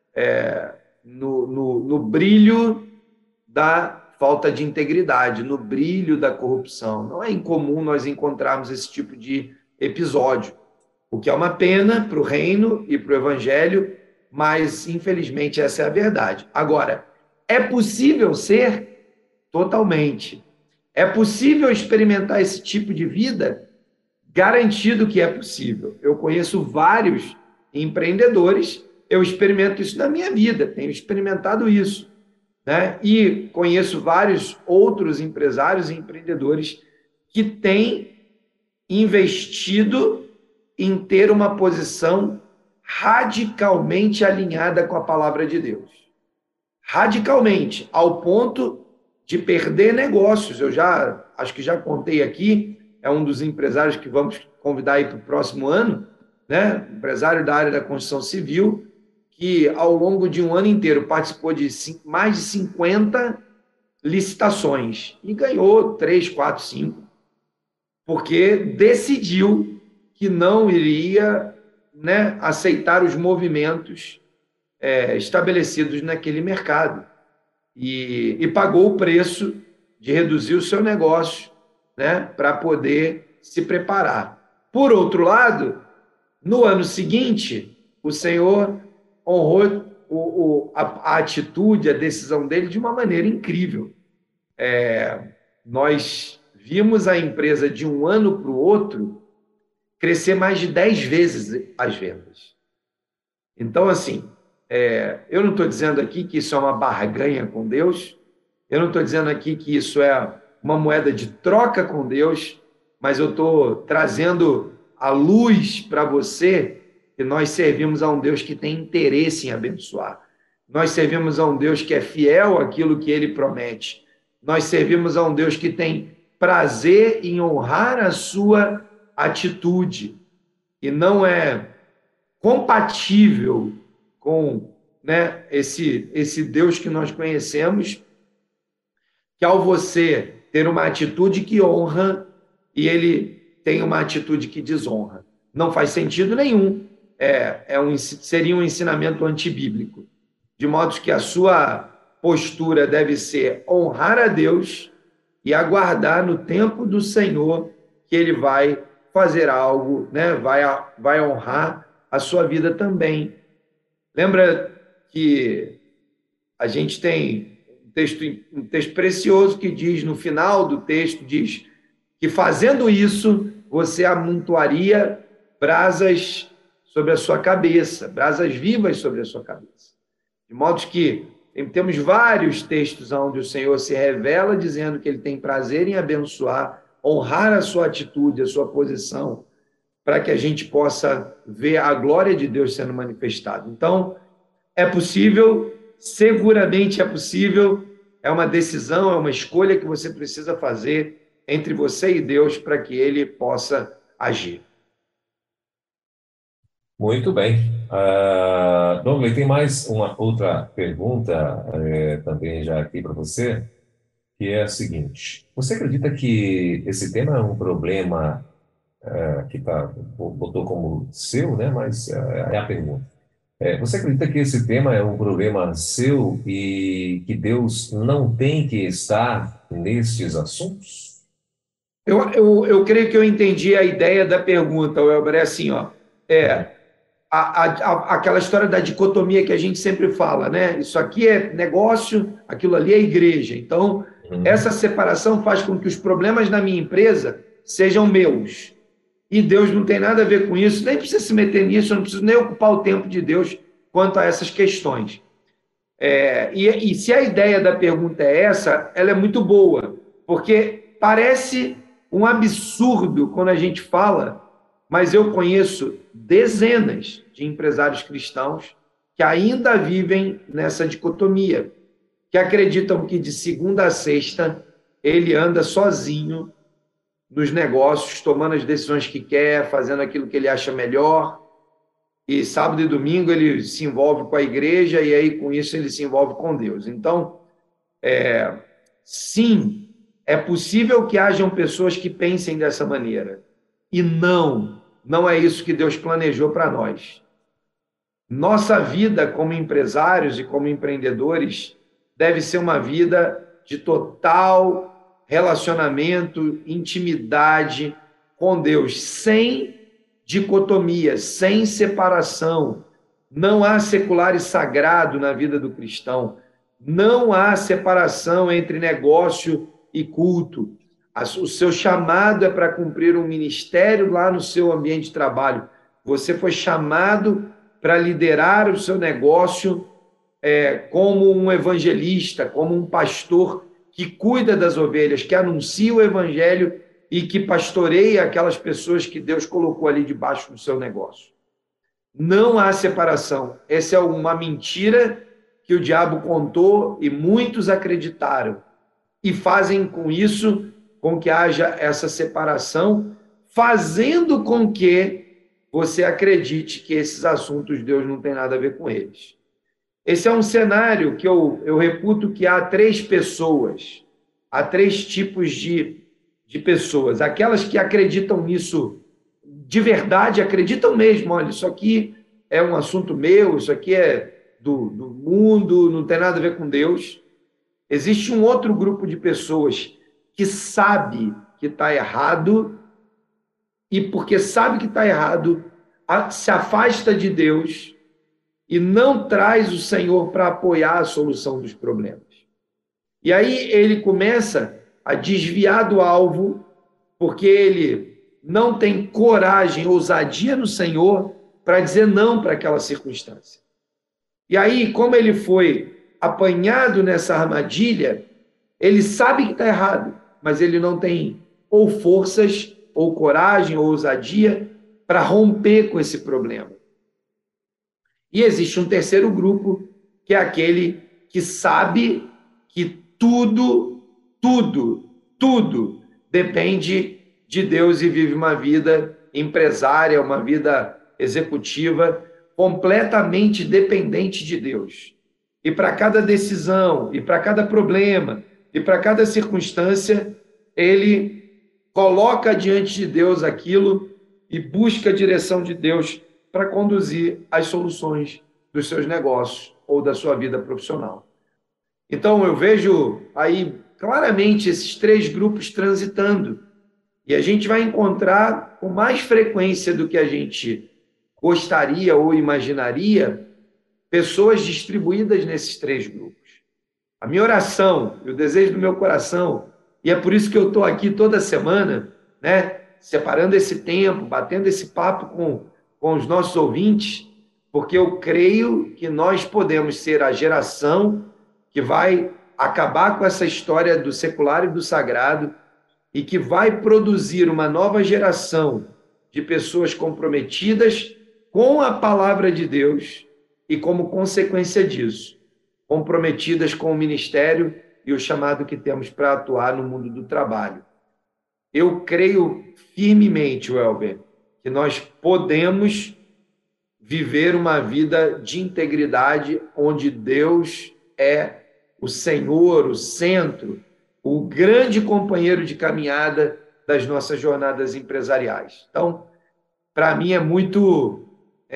No brilho da falta de integridade, no brilho da corrupção. Não é incomum nós encontrarmos esse tipo de episódio, o que é uma pena para o reino e para o evangelho, mas infelizmente essa é a verdade. Agora, é possível ser? Totalmente. É possível experimentar esse tipo de vida? Garantido que é possível. Eu conheço vários empreendedores, eu experimento isso na minha vida, tenho experimentado isso, né? E conheço vários outros empresários e empreendedores que têm investido em ter uma posição radicalmente alinhada com a palavra de Deus. Radicalmente, ao ponto de perder negócios. Eu acho que já contei aqui, é um dos empresários que vamos convidar aí para o próximo ano, né? Empresário da área da construção civil, que ao longo de um ano inteiro participou de mais de 50 licitações e ganhou 3, 4, 5, porque decidiu que não iria, né, aceitar os movimentos estabelecidos naquele mercado. E pagou o preço de reduzir o seu negócio, né, para poder se preparar. Por outro lado, no ano seguinte, o Senhor honrou a atitude, a decisão dele de uma maneira incrível. Nós vimos a empresa de um ano para o outro crescer mais de 10 vezes as vendas. Então, assim, eu não estou dizendo aqui que isso é uma barganha com Deus, eu não estou dizendo aqui que isso é uma moeda de troca com Deus, mas eu estou trazendo a luz para você que nós servimos a um Deus que tem interesse em abençoar. Nós servimos a um Deus que é fiel àquilo que ele promete. Nós servimos a um Deus que tem prazer em honrar a sua atitude e não é compatível com, né, esse Deus que nós conhecemos, que ao você ter uma atitude que honra e ele tem uma atitude que desonra. não faz sentido nenhum. Seria um ensinamento antibíblico. De modo que a sua postura deve ser honrar a Deus e aguardar no tempo do Senhor que Ele vai fazer algo, né? Vai honrar a sua vida também. Lembra que a gente tem um texto precioso que diz, no final do texto, diz que fazendo isso, você amontoaria brasas sobre a sua cabeça, brasas vivas sobre a sua cabeça. De modo que temos vários textos onde o Senhor se revela dizendo que Ele tem prazer em abençoar, honrar a sua atitude, a sua posição, para que a gente possa ver a glória de Deus sendo manifestada. Então, é possível, seguramente é possível, é uma decisão, é uma escolha que você precisa fazer entre você e Deus para que Ele possa agir.
Muito bem. Douglas, tem mais uma outra pergunta também já aqui para você, que é a seguinte: você acredita que esse tema é um problema que botou como seu, né? Mas é a pergunta. Você acredita que esse tema é um problema seu e que Deus não tem que estar nestes assuntos?
Eu creio que eu entendi a ideia da pergunta, Welber. É assim, ó. Aquela história da dicotomia que a gente sempre fala, né? Isso aqui é negócio, aquilo ali é igreja. Então, essa separação faz com que os problemas na minha empresa sejam meus. E Deus não tem nada a ver com isso, nem precisa se meter nisso, eu não preciso nem ocupar o tempo de Deus quanto a essas questões. E se a ideia da pergunta é essa, ela é muito boa, porque parece um absurdo quando a gente fala, mas eu conheço dezenas de empresários cristãos que ainda vivem nessa dicotomia, que acreditam que de segunda a sexta ele anda sozinho nos negócios, tomando as decisões que quer, fazendo aquilo que ele acha melhor, e sábado e domingo ele se envolve com a igreja, e aí com isso ele se envolve com Deus. Então, sim, é possível que hajam pessoas que pensem dessa maneira, e não é isso que Deus planejou para nós. Nossa vida como empresários e como empreendedores deve ser uma vida de total relacionamento, intimidade com Deus, sem dicotomia, sem separação. Não há secular e sagrado na vida do cristão. Não há separação entre negócio e culto. O seu chamado é para cumprir um ministério lá no seu ambiente de trabalho. Você foi chamado para liderar o seu negócio como um evangelista, como um pastor que cuida das ovelhas, que anuncia o evangelho e que pastoreia aquelas pessoas que Deus colocou ali debaixo do seu negócio. Não há separação. Essa é uma mentira que o diabo contou e muitos acreditaram. E fazem com isso com que haja essa separação, fazendo com que você acredite que esses assuntos Deus não tem nada a ver com eles. Esse é um cenário que eu reputo que há três pessoas, há três tipos de pessoas. Aquelas que acreditam nisso de verdade, acreditam mesmo, olha, isso aqui é um assunto meu, isso aqui é do mundo, não tem nada a ver com Deus. Existe um outro grupo de pessoas que sabe que está errado e porque sabe que está errado, se afasta de Deus e não traz o Senhor para apoiar a solução dos problemas. E aí ele começa a desviar do alvo, porque ele não tem coragem, ousadia no Senhor para dizer não para aquela circunstância. E aí, como ele foi apanhado nessa armadilha, ele sabe que está errado, mas ele não tem ou forças, ou coragem, ou ousadia para romper com esse problema. E existe um terceiro grupo, que é aquele que sabe que tudo depende de Deus e vive uma vida empresária, uma vida executiva completamente dependente de Deus. E para cada decisão, e para cada problema, e para cada circunstância, ele coloca diante de Deus aquilo e busca a direção de Deus para conduzir as soluções dos seus negócios ou da sua vida profissional. Então, eu vejo aí claramente esses três grupos transitando. E a gente vai encontrar com mais frequência do que a gente gostaria ou imaginaria pessoas distribuídas nesses três grupos. A minha oração e o desejo do meu coração, e é por isso que eu estou aqui toda semana, né, separando esse tempo, batendo esse papo com os nossos ouvintes, porque eu creio que nós podemos ser a geração que vai acabar com essa história do secular e do sagrado e que vai produzir uma nova geração de pessoas comprometidas com a palavra de Deus e, como consequência disso, comprometidas com o ministério e o chamado que temos para atuar no mundo do trabalho. Eu creio firmemente, Welber, que nós podemos viver uma vida de integridade onde Deus é o Senhor, o centro, o grande companheiro de caminhada das nossas jornadas empresariais. Então, para mim é muito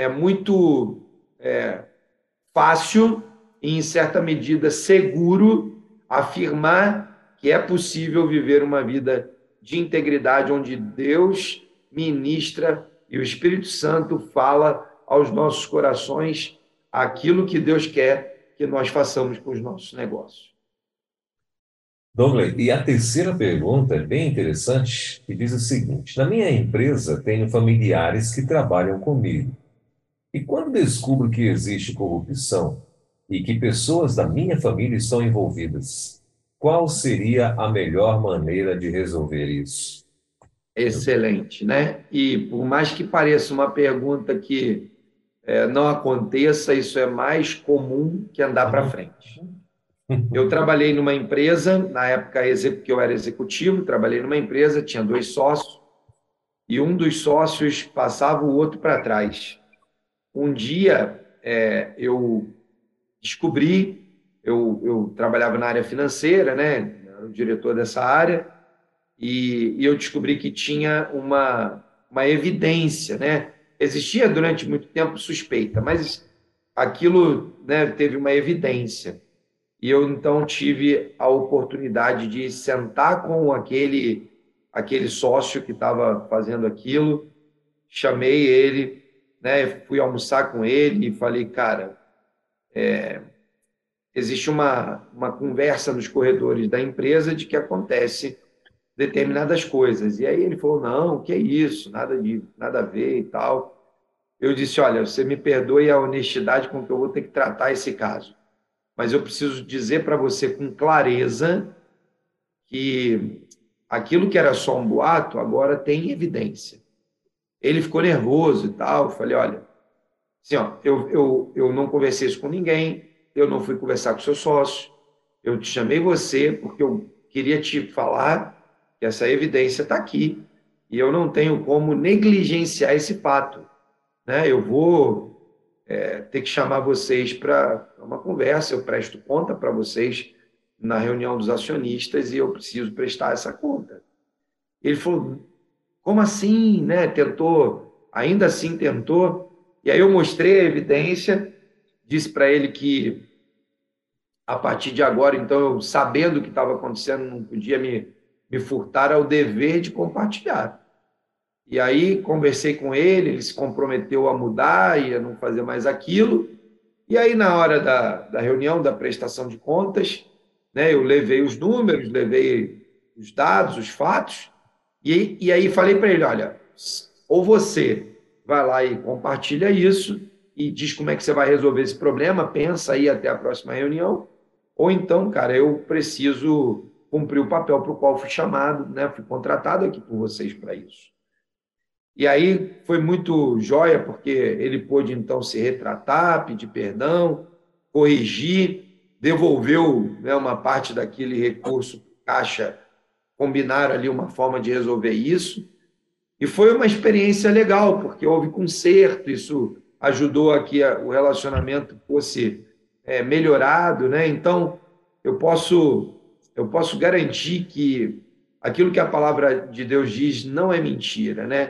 fácil e, em certa medida, seguro afirmar que é possível viver uma vida de integridade onde Deus ministra e o Espírito Santo fala aos nossos corações aquilo que Deus quer que nós façamos com os nossos negócios.
Douglas, e a terceira pergunta é bem interessante, que diz o seguinte: na minha empresa tenho familiares que trabalham comigo. E quando descubro que existe corrupção e que pessoas da minha família estão envolvidas, qual seria a melhor maneira de resolver isso?
Excelente, né? E por mais que pareça uma pergunta que não aconteça, isso é mais comum que andar para frente. Eu trabalhei numa empresa, na época que eu era executivo, trabalhei numa empresa, tinha 2 sócios, e um dos sócios passava o outro para trás. Um dia, eu descobri, eu trabalhava na área financeira, né, era o diretor dessa área, e eu descobri que tinha uma evidência, né? Existia durante muito tempo suspeita, mas aquilo, né, teve uma evidência. E eu, então, tive a oportunidade de sentar com aquele sócio que estava fazendo aquilo, chamei ele, né, fui almoçar com ele e falei, cara, existe uma conversa nos corredores da empresa de que acontece determinadas coisas. E aí ele falou, não, o que é isso? Nada a ver e tal. Eu disse, olha, você me perdoe a honestidade com que eu vou ter que tratar esse caso, mas eu preciso dizer para você com clareza que aquilo que era só um boato agora tem evidência. Ele ficou nervoso e tal. Eu falei, olha, assim, ó, eu não conversei isso com ninguém, eu não fui conversar com seu sócio, eu te chamei você porque eu queria te falar que essa evidência está aqui e eu não tenho como negligenciar esse fato, né? Eu vou ter que chamar vocês para uma conversa, eu presto conta para vocês na reunião dos acionistas e eu preciso prestar essa conta. Ele falou, como assim, né? Ainda assim tentou, e aí eu mostrei a evidência, disse para ele que a partir de agora, então, eu, sabendo o que estava acontecendo, não podia me furtar ao dever de compartilhar. E aí conversei com ele se comprometeu a mudar e a não fazer mais aquilo. E aí, na hora da reunião, da prestação de contas, né, eu levei os números, levei os dados, os fatos, e aí falei para ele, olha, ou você vai lá e compartilha isso e diz como é que você vai resolver esse problema, pensa aí até a próxima reunião, ou então, cara, eu preciso cumprir o papel para o qual fui chamado, né, fui contratado aqui por vocês para isso. E aí foi muito joia, porque ele pôde, então, se retratar, pedir perdão, corrigir, devolveu, né, uma parte daquele recurso caixa, combinaram ali uma forma de resolver isso. E foi uma experiência legal, porque houve conserto, isso ajudou a que o relacionamento fosse melhorado, né? Então, eu posso garantir que aquilo que a palavra de Deus diz não é mentira, né?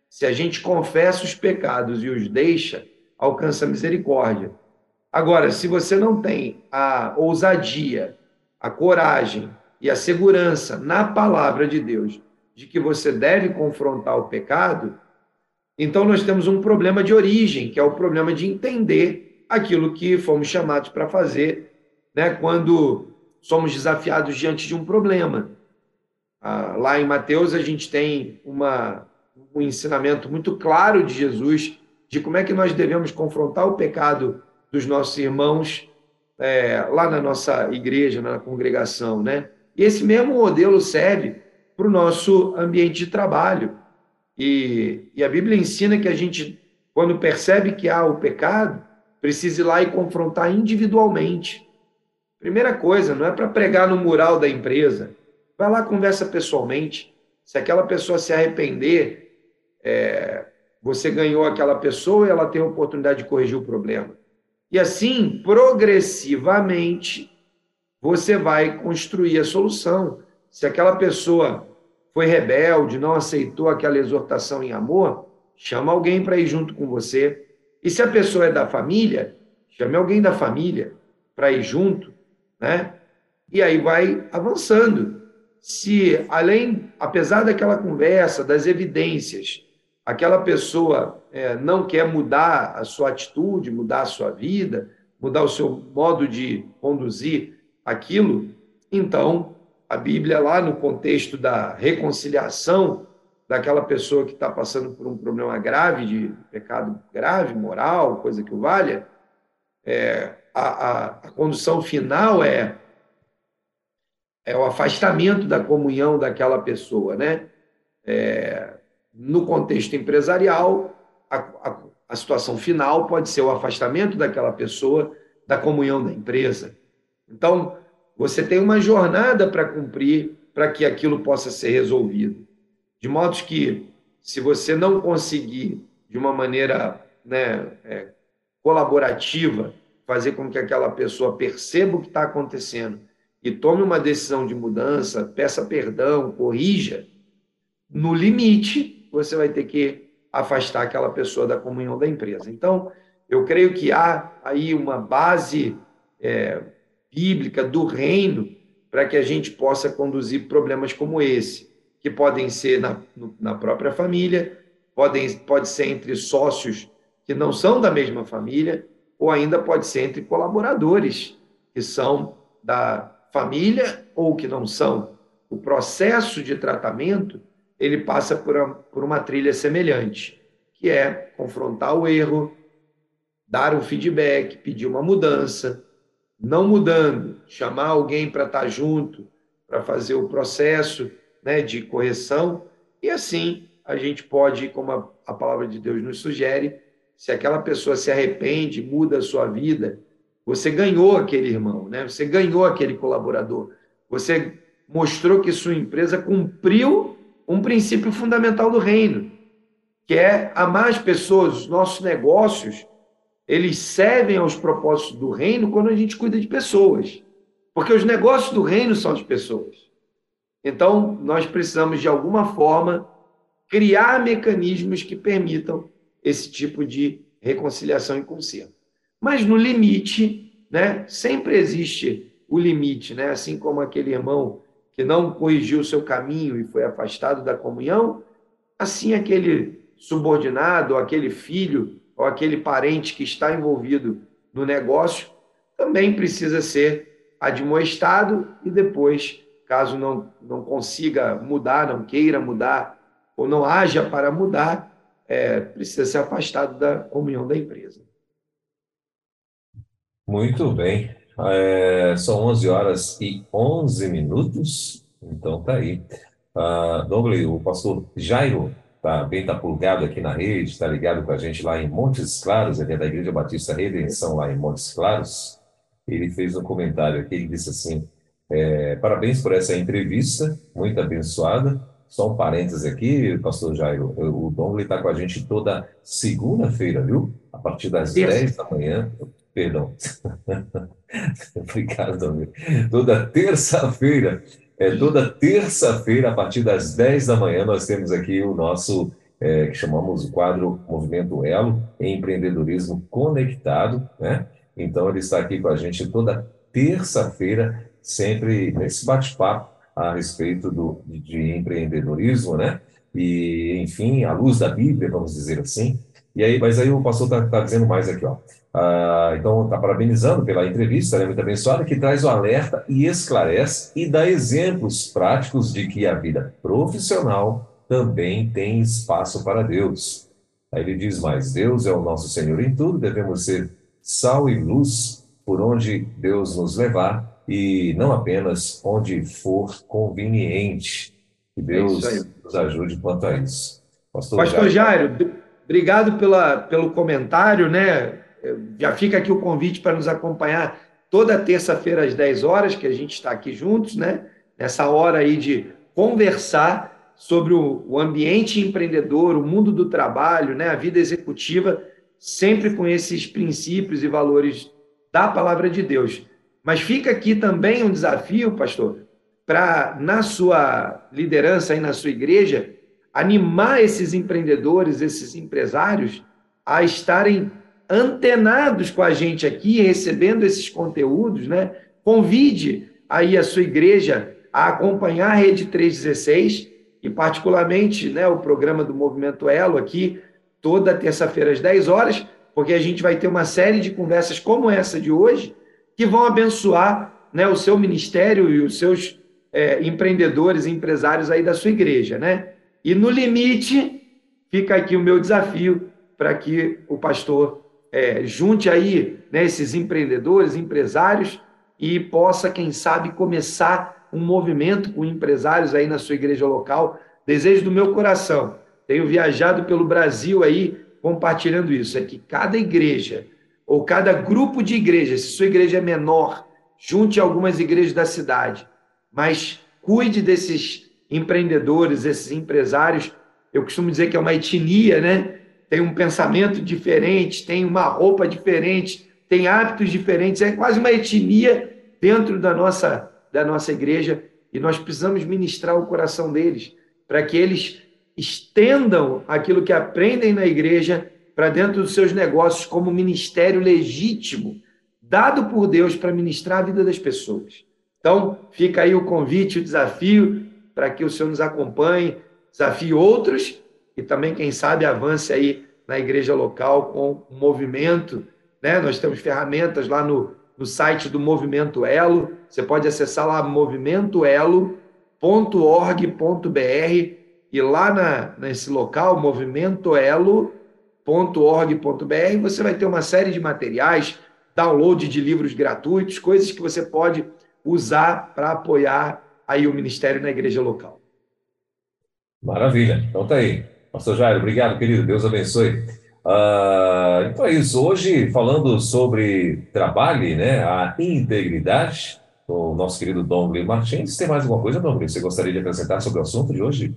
Se a gente confessa os pecados e os deixa, alcança a misericórdia. Agora, se você não tem a ousadia, a coragem e a segurança na palavra de Deus de que você deve confrontar o pecado, então nós temos um problema de origem, que é o problema de entender aquilo que fomos chamados para fazer, né, quando somos desafiados diante de um problema. Lá em Mateus a gente tem um ensinamento muito claro de Jesus de como é que nós devemos confrontar o pecado dos nossos irmãos lá na nossa igreja, na congregação, né? E esse mesmo modelo serve para o nosso ambiente de trabalho. E a Bíblia ensina que a gente, quando percebe que há o pecado, precisa ir lá e confrontar individualmente. Primeira coisa, não é para pregar no mural da empresa. Vai lá, conversa pessoalmente. Se aquela pessoa se arrepender, você ganhou aquela pessoa e ela tem a oportunidade de corrigir o problema. E assim, progressivamente, você vai construir a solução. Se aquela pessoa foi rebelde, não aceitou aquela exortação em amor, chama alguém para ir junto com você. E se a pessoa é da família, chame alguém da família para ir junto, né? E aí vai avançando. Se apesar daquela conversa, das evidências, aquela pessoa não quer mudar a sua atitude, mudar a sua vida, mudar o seu modo de conduzir aquilo, então a Bíblia, lá no contexto da reconciliação daquela pessoa que está passando por um problema grave, de pecado grave, moral, coisa que o valha, a condução final é o afastamento da comunhão daquela pessoa, né? No contexto empresarial, a situação final pode ser o afastamento daquela pessoa da comunhão da empresa. Então, você tem uma jornada para cumprir para que aquilo possa ser resolvido. De modo que, se você não conseguir, de uma maneira colaborativa, fazer com que aquela pessoa perceba o que está acontecendo e tome uma decisão de mudança, peça perdão, corrija, no limite, você vai ter que afastar aquela pessoa da comunhão da empresa. Então, eu creio que há aí uma base bíblica do reino para que a gente possa conduzir problemas como esse, que podem ser na própria família, pode ser entre sócios que não são da mesma família, ou ainda pode ser entre colaboradores que são da família ou que não são. O processo de tratamento ele passa por uma trilha semelhante, que é confrontar o erro, dar um feedback, pedir uma mudança, não mudando, chamar alguém para estar junto, para fazer o processo de correção, e assim a gente pode, como a palavra de Deus nos sugere, se aquela pessoa se arrepende, muda a sua vida, você ganhou aquele irmão, né? Você ganhou aquele colaborador, você mostrou que sua empresa cumpriu um princípio fundamental do reino, que é amar as pessoas. Os nossos negócios, eles servem aos propósitos do reino quando a gente cuida de pessoas, porque os negócios do reino são as pessoas. Então, nós precisamos, de alguma forma, criar mecanismos que permitam esse tipo de reconciliação e conserto. Mas no limite, sempre existe o limite, assim como aquele irmão que não corrigiu o seu caminho e foi afastado da comunhão, assim aquele subordinado, ou aquele filho, ou aquele parente que está envolvido no negócio, também precisa ser admoestado e depois, caso não consiga mudar, não queira mudar, ou não haja para mudar, precisa ser afastado da comunhão da empresa.
Muito bem. São 11h11, então tá aí. Douglas, o pastor Jairo tá plugado aqui na rede, está ligado com a gente lá em Montes Claros, ele é da Igreja Batista Redenção lá em Montes Claros. Ele fez um comentário aqui, ele disse assim, parabéns por essa entrevista, muito abençoada. Só um parênteses aqui, pastor Jairo, o Douglas está com a gente toda segunda-feira, viu? A partir das 10 da manhã. Perdão. Obrigado, Douglas. Toda terça-feira, a partir das 10 da manhã, nós temos aqui o nosso que chamamos o quadro Movimento Elo, Empreendedorismo Conectado, né? Então, ele está aqui com a gente toda terça-feira, sempre nesse bate-papo a respeito de empreendedorismo, né? E, enfim, à luz da Bíblia, vamos dizer assim. E aí, mas aí o pastor está dizendo mais aqui, ó. Então, está parabenizando pela entrevista, né, muito abençoada, que traz o alerta e esclarece e dá exemplos práticos de que a vida profissional também tem espaço para Deus. Aí ele diz mais: Deus é o nosso Senhor em tudo, devemos ser sal e luz por onde Deus nos levar e não apenas onde for conveniente. Que
É isso aí.
Deus nos ajude quanto a isso. Pastor
Pastor
Jair.
Jairo, obrigado pelo comentário, né? Já fica aqui o convite para nos acompanhar toda terça-feira às 10 horas, que a gente está aqui juntos, né? Nessa hora aí de conversar sobre o ambiente empreendedor, o mundo do trabalho, né? A vida executiva, sempre com esses princípios e valores da palavra de Deus. Mas fica aqui também um desafio, pastor, para, na sua liderança aí na sua igreja, animar esses empreendedores, esses empresários a estarem antenados com a gente aqui, recebendo esses conteúdos, né? Convide aí a sua igreja a acompanhar a Rede 316 e particularmente, né, o programa do Movimento Elo aqui toda terça-feira às 10 horas, porque a gente vai ter uma série de conversas como essa de hoje que vão abençoar, né, o seu ministério e os seus empreendedores e empresários aí da sua igreja, né? E no limite, fica aqui o meu desafio para que o pastor junte aí, né, esses empreendedores, empresários e possa, quem sabe, começar um movimento com empresários aí na sua igreja local. Desejo do meu coração. Tenho viajado pelo Brasil aí compartilhando isso, é que cada igreja ou cada grupo de igrejas, se sua igreja é menor, junte algumas igrejas da cidade, mas cuide desses empreendedores, esses empresários. Eu costumo dizer que é uma etnia, né? Tem um pensamento diferente, tem uma roupa diferente, tem hábitos diferentes, é quase uma etnia dentro da nossa igreja, e nós precisamos ministrar o coração deles, para que eles estendam aquilo que aprendem na igreja para dentro dos seus negócios como ministério legítimo, dado por Deus para ministrar a vida das pessoas. Então, fica aí o convite, o desafio, para que o Senhor nos acompanhe, desafie outros e também, quem sabe, avance aí na igreja local com um movimento, né? Nós temos ferramentas lá no site do Movimento Elo, você pode acessar lá movimentoelo.org.br e lá nesse local, movimentoelo.org.br, você vai ter uma série de materiais, download de livros gratuitos, coisas que você pode usar para apoiar aí o ministério na igreja local.
Maravilha. Então tá aí. Pastor Jairo, obrigado, querido. Deus abençoe. Então é isso. Hoje, falando sobre trabalho, né, a integridade, com o nosso querido Dongley Martins. Tem mais alguma coisa, Dongley, você gostaria de acrescentar sobre o assunto de hoje?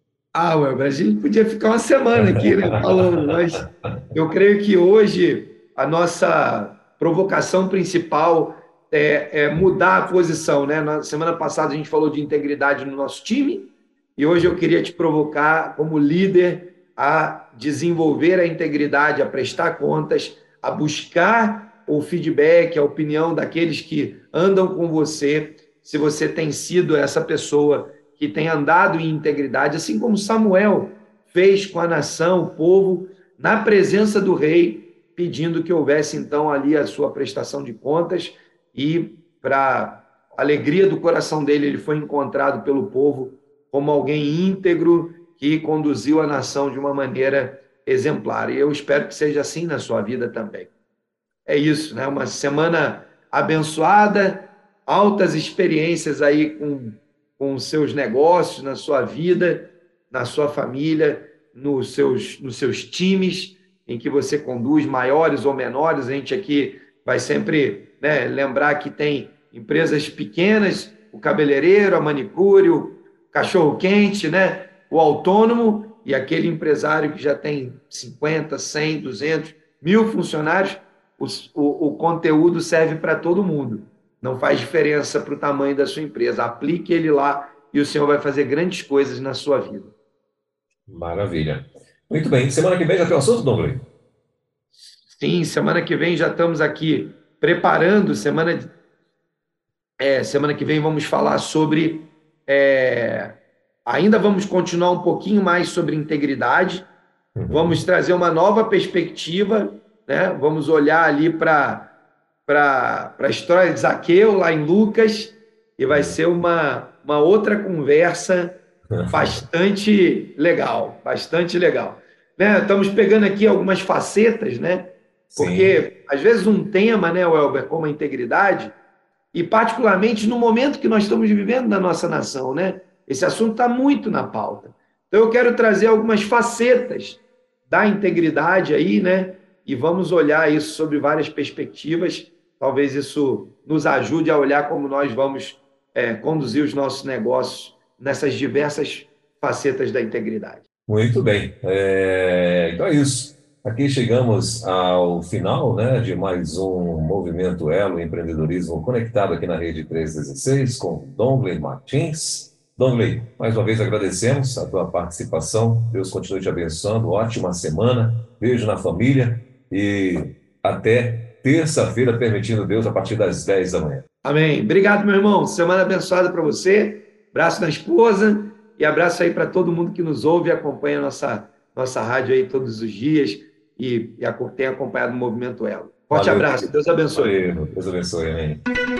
A gente podia ficar uma semana aqui, né, falando, mas eu creio que hoje a nossa provocação principal é mudar a posição, né? Na semana passada a gente falou de integridade no nosso time e hoje eu queria te provocar como líder a desenvolver a integridade, a prestar contas, a buscar o feedback, a opinião daqueles que andam com você, se você tem sido essa pessoa que tem andado em integridade, assim como Samuel fez com a nação, o povo, na presença do rei, pedindo que houvesse então ali a sua prestação de contas e, para alegria do coração dele, ele foi encontrado pelo povo como alguém íntegro que conduziu a nação de uma maneira exemplar. E eu espero que seja assim na sua vida também. É isso, né? Uma semana abençoada, altas experiências aí com os seus negócios, na sua vida, na sua família, nos seus times, em que você conduz, maiores ou menores. A gente aqui vai sempre, né, lembrar que tem empresas pequenas, o cabeleireiro, a manicure, o cachorro-quente, né, o autônomo e aquele empresário que já tem 50, 100, 200, 1.000 funcionários. O conteúdo serve para todo mundo. Não faz diferença para o tamanho da sua empresa. Aplique ele lá e o Senhor vai fazer grandes coisas na sua vida.
Maravilha. Muito bem. Semana que vem já tem o assunto, Douglas?
Sim, semana que vem já estamos aqui preparando. Semana que vem vamos falar sobre. Ainda vamos continuar um pouquinho mais sobre integridade. Vamos trazer uma nova perspectiva, né? Vamos olhar ali para a história de Zaqueu, lá em Lucas, e vai ser uma outra conversa bastante legal, bastante legal. Né? Estamos pegando aqui algumas facetas, né? Porque, às vezes, um tema, né, Welber, como a integridade, e particularmente no momento que nós estamos vivendo na nossa nação, né? Esse assunto está muito na pauta. Então, eu quero trazer algumas facetas da integridade aí, né? E vamos olhar isso sobre várias perspectivas. Talvez isso nos ajude a olhar como nós vamos conduzir os nossos negócios nessas diversas facetas da integridade.
Muito bem. Então é isso. Aqui chegamos ao final, né, de mais um Movimento Elo Empreendedorismo Conectado aqui na Rede 316 com Douglas Martins. Douglas, mais uma vez agradecemos a tua participação. Deus continue te abençoando. Ótima semana. Beijo na família e até terça-feira, permitindo Deus, a partir das 10 da manhã.
Amém. Obrigado, meu irmão. Semana abençoada para você. Abraço na esposa e abraço aí para todo mundo que nos ouve e acompanha nossa rádio aí todos os dias e tem acompanhado o Movimento Elo. Forte abraço. Deus abençoe.
Valeu. Deus abençoe. Amém.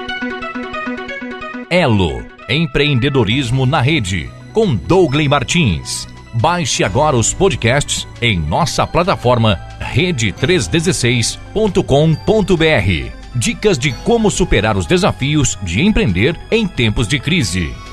Elo, empreendedorismo na rede, com Douglas Martins. Baixe agora os podcasts em nossa plataforma rede316.com.br. Dicas de como superar os desafios de empreender em tempos de crise.